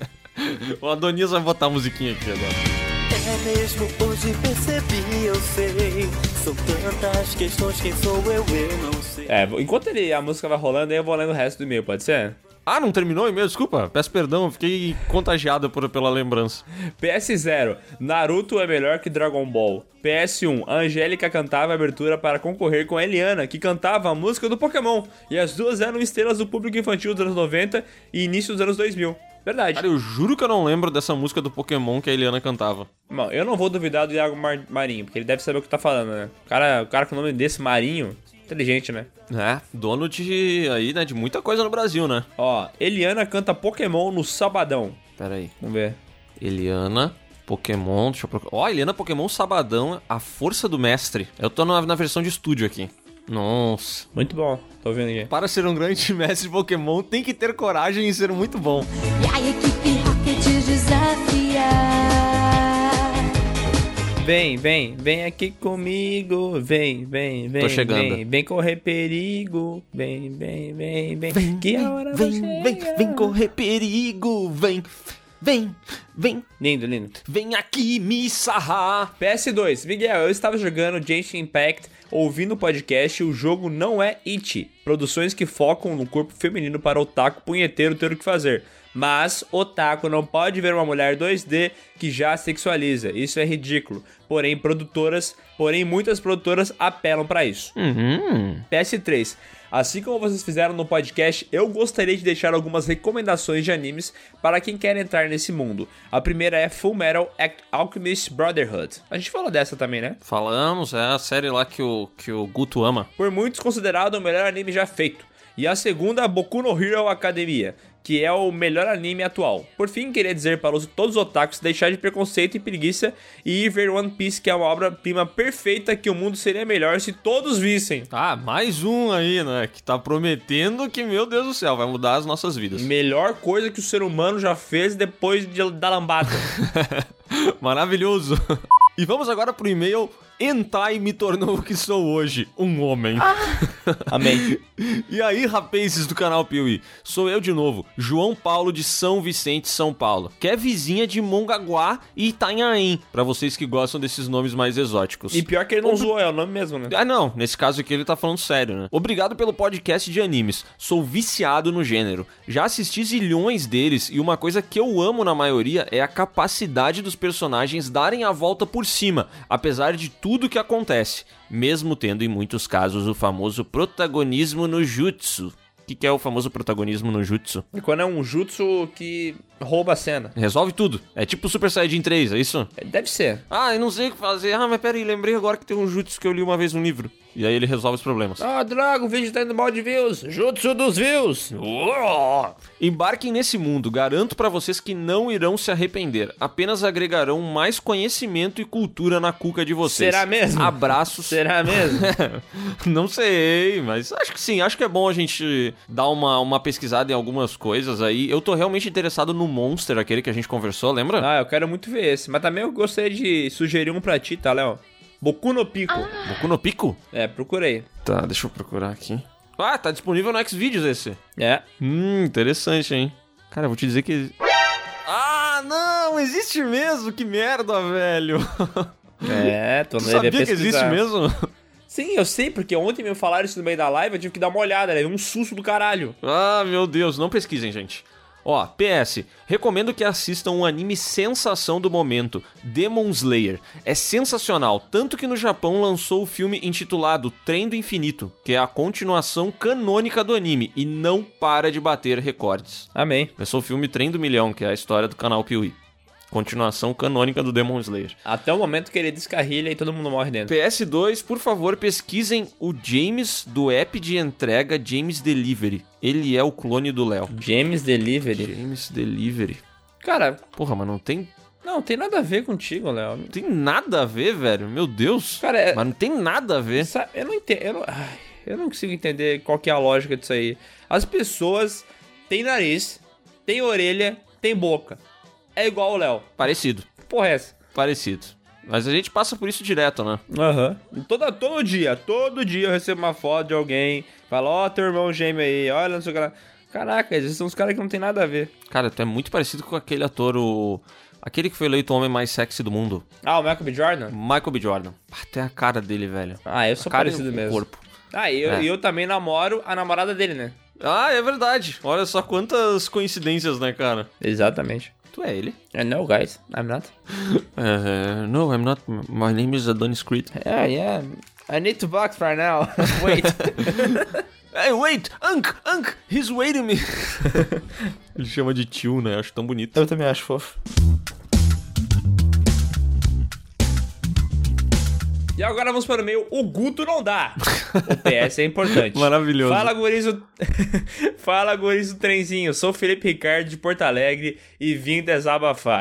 O Adonias vai botar a musiquinha aqui agora. É mesmo hoje percebi, eu sei. São tantas questões, quem sou eu, eu não sei. É, enquanto ele, a música vai rolando, aí eu vou lendo o resto do e-mail, pode ser? Ah, não terminou o e-mail? Desculpa, peço perdão, eu fiquei contagiado por, pela lembrança. P S zero, Naruto é melhor que Dragon Ball. P S um, a Angélica cantava a abertura para concorrer com a Eliana, que cantava a música do Pokémon. E as duas eram estrelas do público infantil dos anos noventa e início dos anos dois mil. Verdade. Cara, eu juro que eu não lembro dessa música do Pokémon que a Eliana cantava. Bom, eu não vou duvidar do Iago Mar Marinho, porque ele deve saber o que tá falando, né? O cara, o cara com o nome desse, Marinho, inteligente, né? É, dono de, aí, né, de muita coisa no Brasil, né? Ó, Eliana canta Pokémon no Sabadão. Pera aí. Vamos ver. Eliana, Pokémon, deixa eu procurar. Ó, Eliana, Pokémon, Sabadão, A Força do Mestre. Eu tô na, na versão de estúdio aqui. Nossa. Muito bom. Tô vendo aqui. Para ser um grande mestre de Pokémon, tem que ter coragem e ser muito bom. E a equipe Rocket desafiar. Vem, vem, vem aqui comigo. Vem, vem, vem. Tô chegando. Vem, vem correr perigo. Vem, vem, vem, vem. Vem, que a hora vem, vai vem, chegar. vem correr perigo. Vem, vem, vem. Lindo, lindo. Vem aqui me sarrar. P S dois. Miguel, eu estava jogando Genshin Impact, ouvindo o podcast, o jogo não é Ichi. Produções que focam no corpo feminino para otaku punheteiro ter o que fazer. Mas otaku não pode ver uma mulher dois D que já sexualiza. Isso é ridículo. Porém, produtoras, porém muitas produtoras apelam para isso. Uhum. P S três. Assim como vocês fizeram no podcast, eu gostaria de deixar algumas recomendações de animes para quem quer entrar nesse mundo. A primeira é Fullmetal Alchemist Brotherhood. A gente falou dessa também, né? Falamos, é a série lá que o, que o Guto ama. Por muitos considerado o melhor anime já feito. E a segunda, Boku no Hero Academia, que é o melhor anime atual. Por fim, queria dizer para os, todos os otakus deixar de preconceito e preguiça e ir ver One Piece, que é uma obra-prima perfeita que o mundo seria melhor se todos vissem. Ah, mais um aí, né? Que tá prometendo que, meu Deus do céu, vai mudar as nossas vidas. Melhor coisa que o ser humano já fez depois de, da lambada. Maravilhoso. E vamos agora pro e-mail Hentai me tornou o que sou hoje, um homem. Ah. Amém. E aí, rapazes do canal Piuí, sou eu de novo, João Paulo de São Vicente, São Paulo, que é vizinha de Mongaguá e Itanhaém, pra vocês que gostam desses nomes mais exóticos. E pior que ele não Ob... zoou, é o nome mesmo, né? Ah, não, nesse caso aqui ele tá falando sério, né? Obrigado pelo podcast de animes, sou viciado no gênero, já assisti zilhões deles e uma coisa que eu amo na maioria é a capacidade dos personagens darem a volta por cima, apesar de tudo que acontece, mesmo tendo em muitos casos o famoso protagonismo no jutsu. O que, que é o famoso protagonismo no jutsu? E quando é um jutsu que rouba a cena. Resolve tudo. É tipo o Super Saiyajin três, é isso? Deve ser. Ah, eu não sei o que fazer. Ah, mas peraí, lembrei agora que tem um jutsu que eu li uma vez no livro. E aí ele resolve os problemas. Ah, Drago, o vídeo tá indo mal de views. Jutsu dos views. Uou! Embarquem nesse mundo. Garanto pra vocês que não irão se arrepender. Apenas agregarão mais conhecimento e cultura na cuca de vocês. Será mesmo? Abraços. Será mesmo? Não sei, mas acho que sim. Acho que é bom a gente dar uma, uma pesquisada em algumas coisas aí. Eu tô realmente interessado no Monster, aquele que a gente conversou, lembra? Ah, eu quero muito ver esse. Mas também eu gostaria de sugerir um pra ti, tá, Léo? Boku no Pico. Ah. Boku no Pico? É, procurei. Tá, deixa eu procurar aqui. Ah, tá disponível no Xvideos esse. É. Hum, interessante, hein? Cara, eu vou te dizer que... Ah, não! Existe mesmo? Que merda, velho! É, tô no Tu sabia que existe mesmo? Sim, eu sei, porque ontem me falaram isso no meio da live, eu tive que dar uma olhada, levei um susto do caralho. Ah, meu Deus, não pesquisem, gente. Ó, P S, recomendo que assistam um anime sensação do momento, Demon Slayer. É sensacional, tanto que no Japão lançou o filme intitulado Trem do Infinito, que é a continuação canônica do anime e não para de bater recordes. Amém. Começou o filme Trem do Milhão, que é a história do canal Piuí. Continuação canônica do Demon Slayer. Até o momento que ele descarrilha e todo mundo morre dentro. P S dois, por favor, pesquisem o James do app de entrega James Delivery. Ele é o clone do Léo. James Delivery? James Delivery. Cara... Porra, mas não tem... Não, tem nada a ver contigo, Léo. Não tem nada a ver, velho. Meu Deus. Cara, é... Mas não tem nada a ver. Eu não entendo... Eu não... Ai, eu não consigo entender qual que é a lógica disso aí. As pessoas têm nariz, têm orelha, têm boca. É igual o Léo. Parecido. Porra é essa? Parecido. Mas a gente passa por isso direto, né? Aham. Uhum. Todo, todo dia, todo dia eu recebo uma foto de alguém. Fala, ó, oh, teu irmão gêmeo aí, olha, não sei o que lá. Caraca, esses são os caras que não tem nada a ver. Cara, tu é muito parecido com aquele ator, o... Aquele que foi eleito o homem mais sexy do mundo. Ah, o Michael B. Jordan? Michael B. Jordan. Até a cara dele, velho. Ah, eu sou parecido mesmo. Corpo. Ah, e eu, é. eu também namoro a namorada dele, né? Ah, é verdade. Olha só quantas coincidências, né, cara? Exatamente. Tu é ele? Uh, no, guys. I'm not. uh, no, I'm not. My name is Adonis Creed. Yeah, yeah. I need to box right now. Wait. Hey, wait! Unc! Unc! He's waiting me! Ele chama de tio, né? Acho tão bonito. Eu também acho fofo. E agora vamos para o meio, o Guto não dá. O P S é importante. Maravilhoso. Fala, gurizo. Fala, gurizo trenzinho. Sou Felipe Ricardo de Porto Alegre e vim desabafar.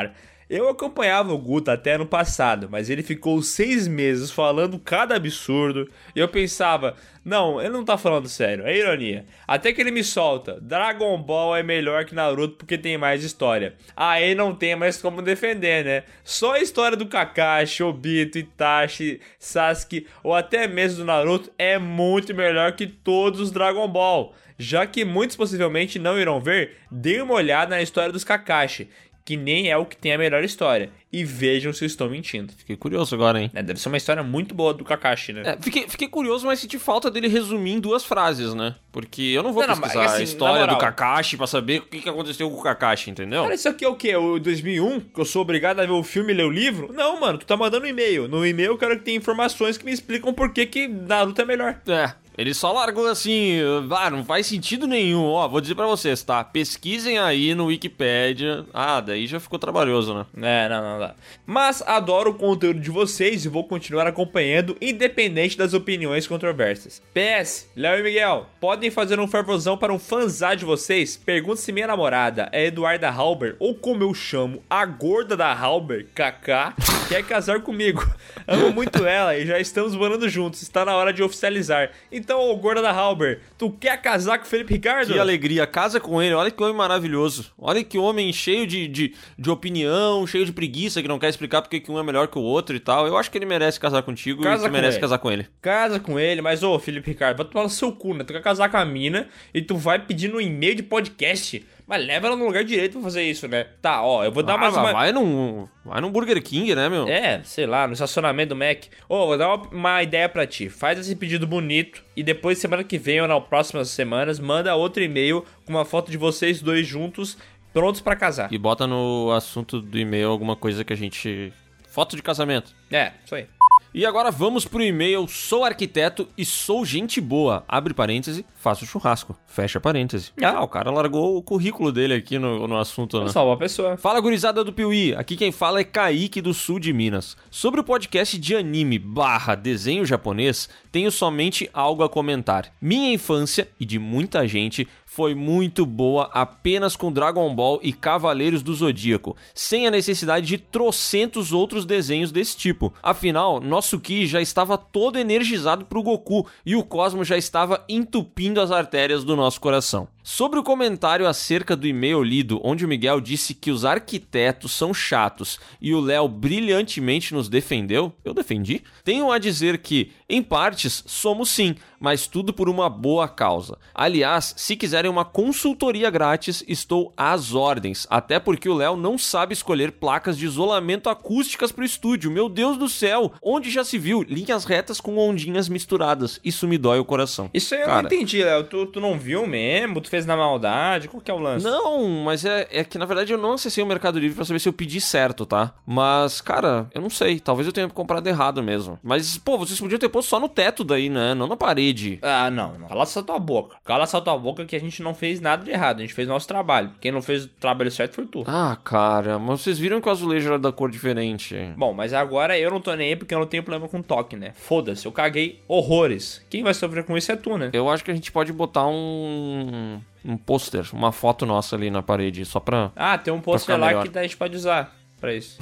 Eu acompanhava o Guta até ano passado, mas ele ficou seis meses falando cada absurdo. E eu pensava, não, ele não tá falando sério, é ironia. Até que ele me solta, Dragon Ball é melhor que Naruto porque tem mais história. Aí não tem mais como defender, né? Só a história do Kakashi, Obito, Itachi, Sasuke ou até mesmo do Naruto é muito melhor que todos os Dragon Ball. Já que muitos possivelmente não irão ver, dê uma olhada na história dos Kakashi, que nem é o que tem a melhor história. E vejam se eu estou mentindo. Fiquei curioso agora, hein? É, deve ser uma história muito boa do Kakashi, né? É, fiquei, fiquei curioso, mas senti falta dele resumir em duas frases, né? Porque eu não vou não, pesquisar não, mas, assim, a história moral, do Kakashi pra saber o que, que aconteceu com o Kakashi, entendeu? Cara, isso aqui é o quê? O dois mil e um? Que eu sou obrigado a ver o filme e ler o livro? Não, mano, tu tá mandando um e-mail. No e-mail eu quero que tenha informações que me explicam por que que Naruto é melhor. É. Ele só largou assim, ah, não faz sentido nenhum. Ó, vou dizer pra vocês, tá? Pesquisem aí no Wikipedia. Ah, daí já ficou trabalhoso, né? É, não, não dá. Mas adoro o conteúdo de vocês e vou continuar acompanhando, independente das opiniões controversas. P S, Léo e Miguel, podem fazer um fervozão para um fanzá de vocês? Pergunta se minha namorada é Eduarda Halber, ou como eu chamo, a gorda da Halber, Kaká, quer casar comigo. Amo muito ela e já estamos morando juntos. Está na hora de oficializar. Então, ô gorda da Halber, tu quer casar com o Felipe Ricardo? Que alegria, casa com ele, olha que homem maravilhoso. Olha que homem cheio de, de, de opinião, cheio de preguiça, que não quer explicar porque que um é melhor que o outro e tal. Eu acho que ele merece casar contigo casa e tu merece ele. casar com ele. Casa com ele, mas ô Felipe Ricardo, vai tomar no seu cu, né? Tu quer casar com a mina e tu vai pedir no e-mail de podcast. Mas leva ela no lugar direito pra fazer isso, né? Tá, ó, eu vou dar ah, mais uma... Vai num, vai num Burger King, né, meu? É, sei lá, no estacionamento do Mac. Ô, vou dar uma, uma ideia pra ti. Faz esse pedido bonito e depois, semana que vem ou nas próximas semanas, manda outro e-mail com uma foto de vocês dois juntos, prontos pra casar. E bota no assunto do e-mail alguma coisa que a gente... Foto de casamento. É, isso aí. E agora vamos pro e-mail. Sou arquiteto e sou gente boa. Abre parêntese, faço churrasco. Fecha parêntese. Ah, o cara largou o currículo dele aqui no, no assunto, né? Salva a pessoa. Fala, gurizada do Piuí. Aqui quem fala é Kaique, do sul de Minas. Sobre o podcast de anime barra desenho japonês, tenho somente algo a comentar. Minha infância, e de muita gente, foi muito boa apenas com Dragon Ball e Cavaleiros do Zodíaco, sem a necessidade de trocentos outros desenhos desse tipo. Afinal, nosso Ki já estava todo energizado pro Goku e o Cosmo já estava entupindo as artérias do nosso coração. Sobre o comentário acerca do e-mail lido, onde o Miguel disse que os arquitetos são chatos e o Léo brilhantemente nos defendeu, eu defendi? Tenho a dizer que, em partes, somos sim, mas tudo por uma boa causa. Aliás, se quiserem uma consultoria grátis, estou às ordens, até porque o Léo não sabe escolher placas de isolamento acústicas para o estúdio. Meu Deus do céu, onde já se viu linhas retas com ondinhas misturadas? Isso me dói o coração. Isso aí eu Cara, não entendi, Léo. Tu, tu não viu mesmo? Tu fez na maldade? Qual que é o lance? Não, mas é, é que na verdade eu não acessei o Mercado Livre pra saber se eu pedi certo, tá? Mas, cara, eu não sei. Talvez eu tenha comprado errado mesmo. Mas, pô, vocês podiam ter posto só no teto daí, né? Não na parede. Ah, não, não. Cala essa tua boca. Cala essa tua boca que a gente não fez nada de errado. A gente fez nosso trabalho. Quem não fez o trabalho certo foi tu. Ah, cara, mas vocês viram que o azulejo era da cor diferente. Bom, mas agora eu não tô nem aí porque eu não tenho problema com toque, né? Foda-se, eu caguei horrores. Quem vai sofrer com isso é tu, né? Eu acho que a gente pode botar um... um pôster, uma foto nossa ali na parede, só pra... Ah, tem um pôster lá que a gente pode usar pra isso.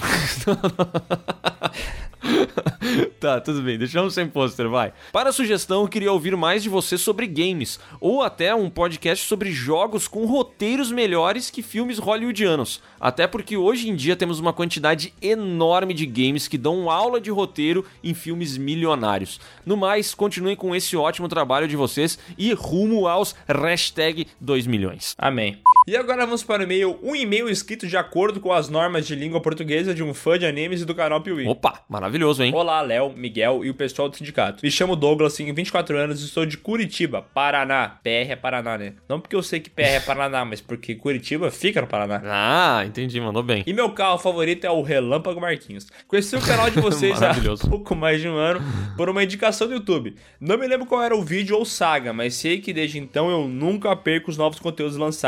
Tá, tudo bem, deixamos sem pôster, vai. Para a sugestão, eu queria ouvir mais de você sobre games, ou até um podcast sobre jogos com roteiros melhores que filmes hollywoodianos. Até porque hoje em dia temos uma quantidade enorme de games que dão aula de roteiro em filmes milionários. No mais, continuem com esse ótimo trabalho de vocês e rumo aos hashtag dois milhões. Amém. E agora vamos para o e-mail, um e-mail escrito de acordo com as normas de língua portuguesa de um fã de animes e do canal Piuí. Opa, maravilhoso, hein? Olá, Léo, Miguel e o pessoal do sindicato. Me chamo Douglas, tenho vinte e quatro anos e sou de Curitiba, Paraná. P R é Paraná, né? Não porque eu sei que P R é Paraná, mas porque Curitiba fica no Paraná. Ah, entendi, mandou bem. E meu carro favorito é o Relâmpago Marquinhos. Conheci o canal de vocês há pouco mais de um ano por uma indicação do YouTube. Não me lembro qual era o vídeo ou saga, mas sei que desde então eu nunca perco os novos conteúdos lançados. Bem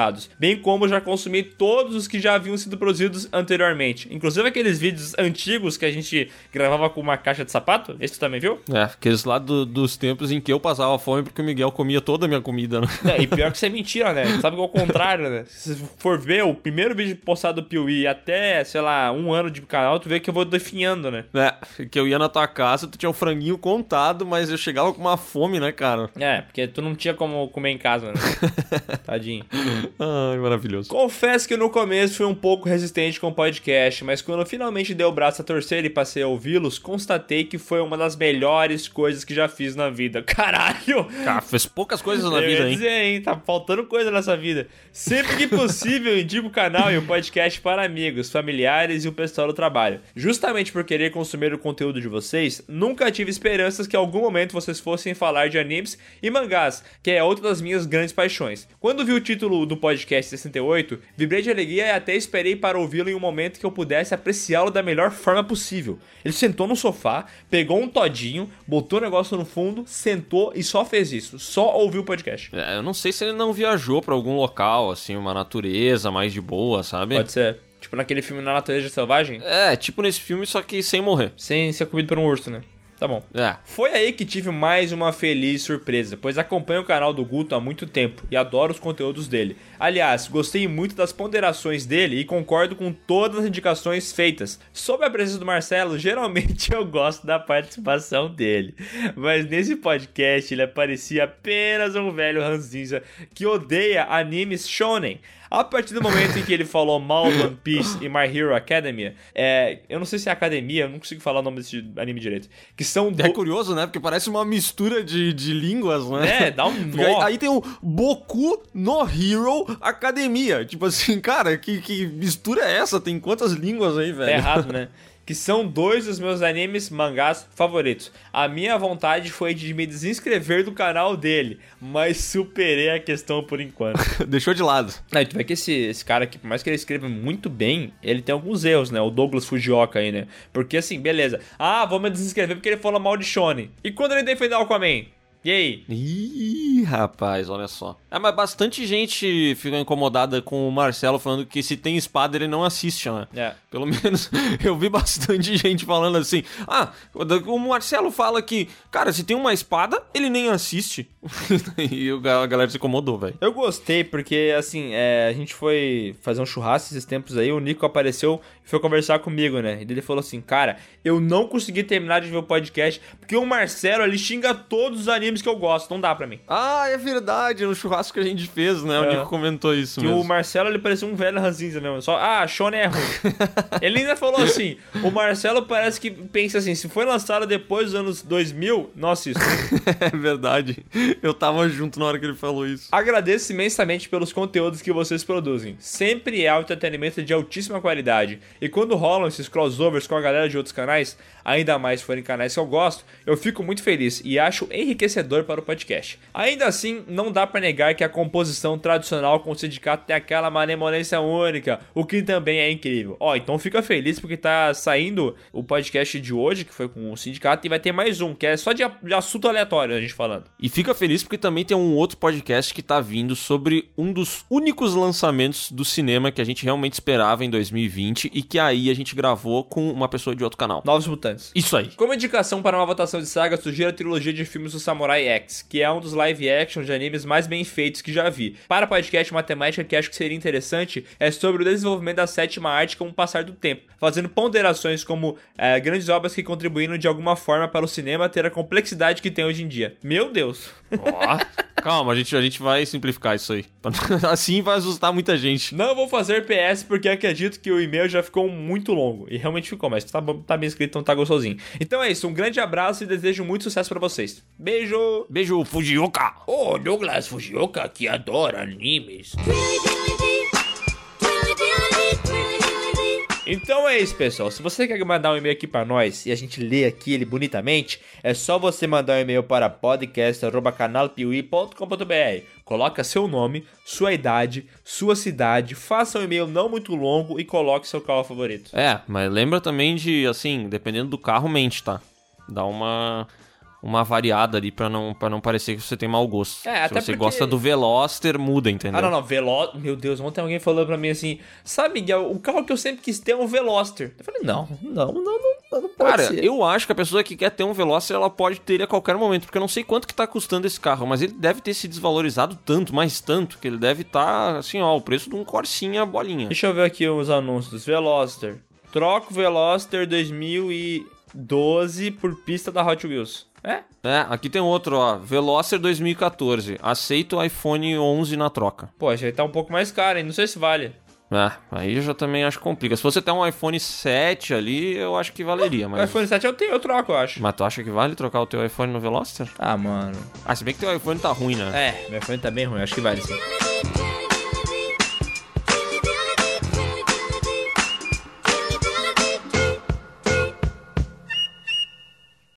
bem como já consumi todos os que já haviam sido produzidos anteriormente. Inclusive aqueles vídeos antigos que a gente gravava com uma caixa de sapato. Esse tu também viu? É, aqueles lá do, dos tempos em que eu passava fome porque o Miguel comia toda a minha comida, né? É, e pior que isso é mentira, né? Sabe que é o contrário, né? Se for ver o primeiro vídeo postado do Piuí até, sei lá, um ano de canal, tu vê que eu vou definhando, né? É, que eu ia na tua casa, tu tinha um franguinho contado, mas eu chegava com uma fome, né, cara? É, porque tu não tinha como comer em casa, né? Tadinho. Ai, maravilhoso. Confesso que no começo fui um pouco resistente com o podcast, mas quando eu finalmente dei o braço a torcer e passei a ouvi-los, constatei que foi uma das melhores coisas que já fiz na vida. Caralho! Cara, fez poucas coisas na eu vida, ia hein? dizer, hein? Tá faltando coisa nessa vida. Sempre que possível, indico o canal e o podcast para amigos, familiares e o pessoal do trabalho. Justamente por querer consumir o conteúdo de vocês, nunca tive esperanças que em algum momento vocês fossem falar de animes e mangás, que é outra das minhas grandes paixões. Quando vi o título do podcast sessenta e oito, vibrei de alegria e até esperei para ouvi-lo em um momento que eu pudesse apreciá-lo da melhor forma possível. Ele sentou no sofá, pegou um todinho, botou o negócio no fundo, sentou e só fez isso. Só ouviu o podcast. É, eu não sei se ele não viajou pra algum local, assim, uma natureza mais de boa, sabe? Pode ser. Tipo naquele filme Na Natureza Selvagem? É, tipo nesse filme, só que sem morrer. Sem ser comido por um urso, né? Tá bom. É. Foi aí que tive mais uma feliz surpresa, pois acompanho o canal do Guto há muito tempo e adoro os conteúdos dele. Aliás, gostei muito das ponderações dele e concordo com todas as indicações feitas. Sobre a presença do Marcelo, geralmente eu gosto da participação dele, mas nesse podcast ele parecia apenas um velho ranzinza que odeia animes shonen. A partir do momento em que ele falou mal do One Piece e My Hero Academia, é, eu não sei se é Academia, eu não consigo falar o nome desse anime direito, que são... Do... É curioso, né? Porque parece uma mistura de, de línguas, né? É, dá um nó. Aí, aí tem o Boku no Hero Academia. Tipo assim, cara, que, que mistura é essa? Tem quantas línguas aí, velho? É errado, né? Que são dois dos meus animes mangás favoritos. A minha vontade foi de me desinscrever do canal dele, mas superei a questão por enquanto. Deixou de lado. Aí tu vê que esse, esse cara aqui, por mais que ele escreva muito bem, ele tem alguns erros, né? O Douglas Fujioka aí, né? Porque assim, beleza. Ah, vou me desinscrever porque ele falou mal de Shonen. E quando ele defendeu o Aquaman? E aí? Ih, rapaz, olha só. É, mas bastante gente ficou incomodada com o Marcelo falando que se tem espada ele não assiste, né? É. Pelo menos eu vi bastante gente falando assim. Ah, o Marcelo fala que, cara, se tem uma espada, ele nem assiste. E a galera se incomodou, velho. Eu gostei porque, assim, é, a gente foi fazer um churrasco esses tempos aí, o Nico apareceu e foi conversar comigo, né? E ele falou assim, cara, eu não consegui terminar de ver o podcast porque o Marcelo, ele xinga todos os animes que eu gosto, não dá pra mim. Ah, é verdade, no churrasco que a gente fez, né? O É. Nico comentou isso Que mesmo. o Marcelo, ele parecia um velho ranzinza mesmo. Só, ah, Shonen é ruim. Ele ainda falou assim, o Marcelo parece que pensa assim, se foi lançado depois dos anos dois mil, não assisto. É verdade. Eu tava junto na hora que ele falou isso. Agradeço imensamente pelos conteúdos que vocês produzem. Sempre é entretenimento de altíssima qualidade. E quando rolam esses crossovers com a galera de outros canais, ainda mais se forem canais que eu gosto, eu fico muito feliz e acho enriquecedor para o podcast. Ainda assim, não dá pra negar que a composição tradicional com o sindicato tem aquela malemolência única, o que também é incrível. Ó, então fica feliz porque tá saindo o podcast de hoje, que foi com o sindicato, e vai ter mais um, que é só de, de assunto aleatório a gente falando. E fica feliz porque também tem um outro podcast que tá vindo sobre um dos únicos lançamentos do cinema que a gente realmente esperava em dois mil e vinte e que aí a gente gravou com uma pessoa de outro canal. Novos Mutantes. Isso aí. Como indicação para uma votação de saga, sugiro a trilogia de filmes do Samurai X, que é um dos live action de animes mais bem feitos que já vi. Para podcast, uma temática que acho que seria interessante é sobre o desenvolvimento da sétima arte com o passar do tempo, fazendo ponderações como é, grandes obras que contribuíram de alguma forma para o cinema ter a complexidade que tem hoje em dia. Meu Deus! Ó, calma, a gente, a gente vai simplificar isso aí. Assim vai assustar muita gente. Não vou fazer P S porque acredito que o e-mail já ficou muito longo. E realmente ficou, mas tá, tá bem escrito, então tá gostosinho. Então é isso, um grande abraço e desejo muito sucesso pra vocês. Beijo! Beijo, Fujioka! Ô, oh, Douglas Fujioka, que adora animes. Então é isso, pessoal. Se você quer mandar um e-mail aqui pra nós e a gente lê aqui ele bonitamente, é só você mandar um e-mail para podcast arroba canal piuí ponto com ponto br. Coloca seu nome, sua idade, sua cidade, faça um e-mail não muito longo e coloque seu carro favorito. É, mas lembra também de, assim, dependendo do carro, mente, tá? Dá uma... uma variada ali pra não, pra não parecer que você tem mau gosto. É, Se até você porque... gosta do Veloster, muda, entendeu? Ah, não, não, Veloster... Meu Deus, ontem alguém falou pra mim assim, sabe, Miguel, o carro que eu sempre quis ter é um Veloster. Eu falei, não, não, não, não, não pode Cara, ser. eu acho que a pessoa que quer ter um Veloster, ela pode ter ele a qualquer momento, porque eu não sei quanto que tá custando esse carro, mas ele deve ter se desvalorizado tanto, mais tanto, que ele deve estar, tá, assim, ó, o preço de um Corsinha bolinha. Deixa eu ver aqui os anúncios dos Veloster. Troca o Veloster dois mil e doze por pista da Hot Wheels. É? É, aqui tem outro, ó, Veloster dois mil e quatorze, aceita o iPhone onze na troca. Pô, já tá um pouco mais caro, hein? Não sei se vale. É, aí eu já também acho que complica. Se você tem um iPhone sete ali, eu acho que valeria, mas... O iPhone sete eu tenho, eu troco, eu acho. Mas tu acha que vale trocar o teu iPhone no Veloster? Ah, mano. Ah, se bem que teu iPhone tá ruim, né? É, meu iPhone tá bem ruim, acho que vale sim.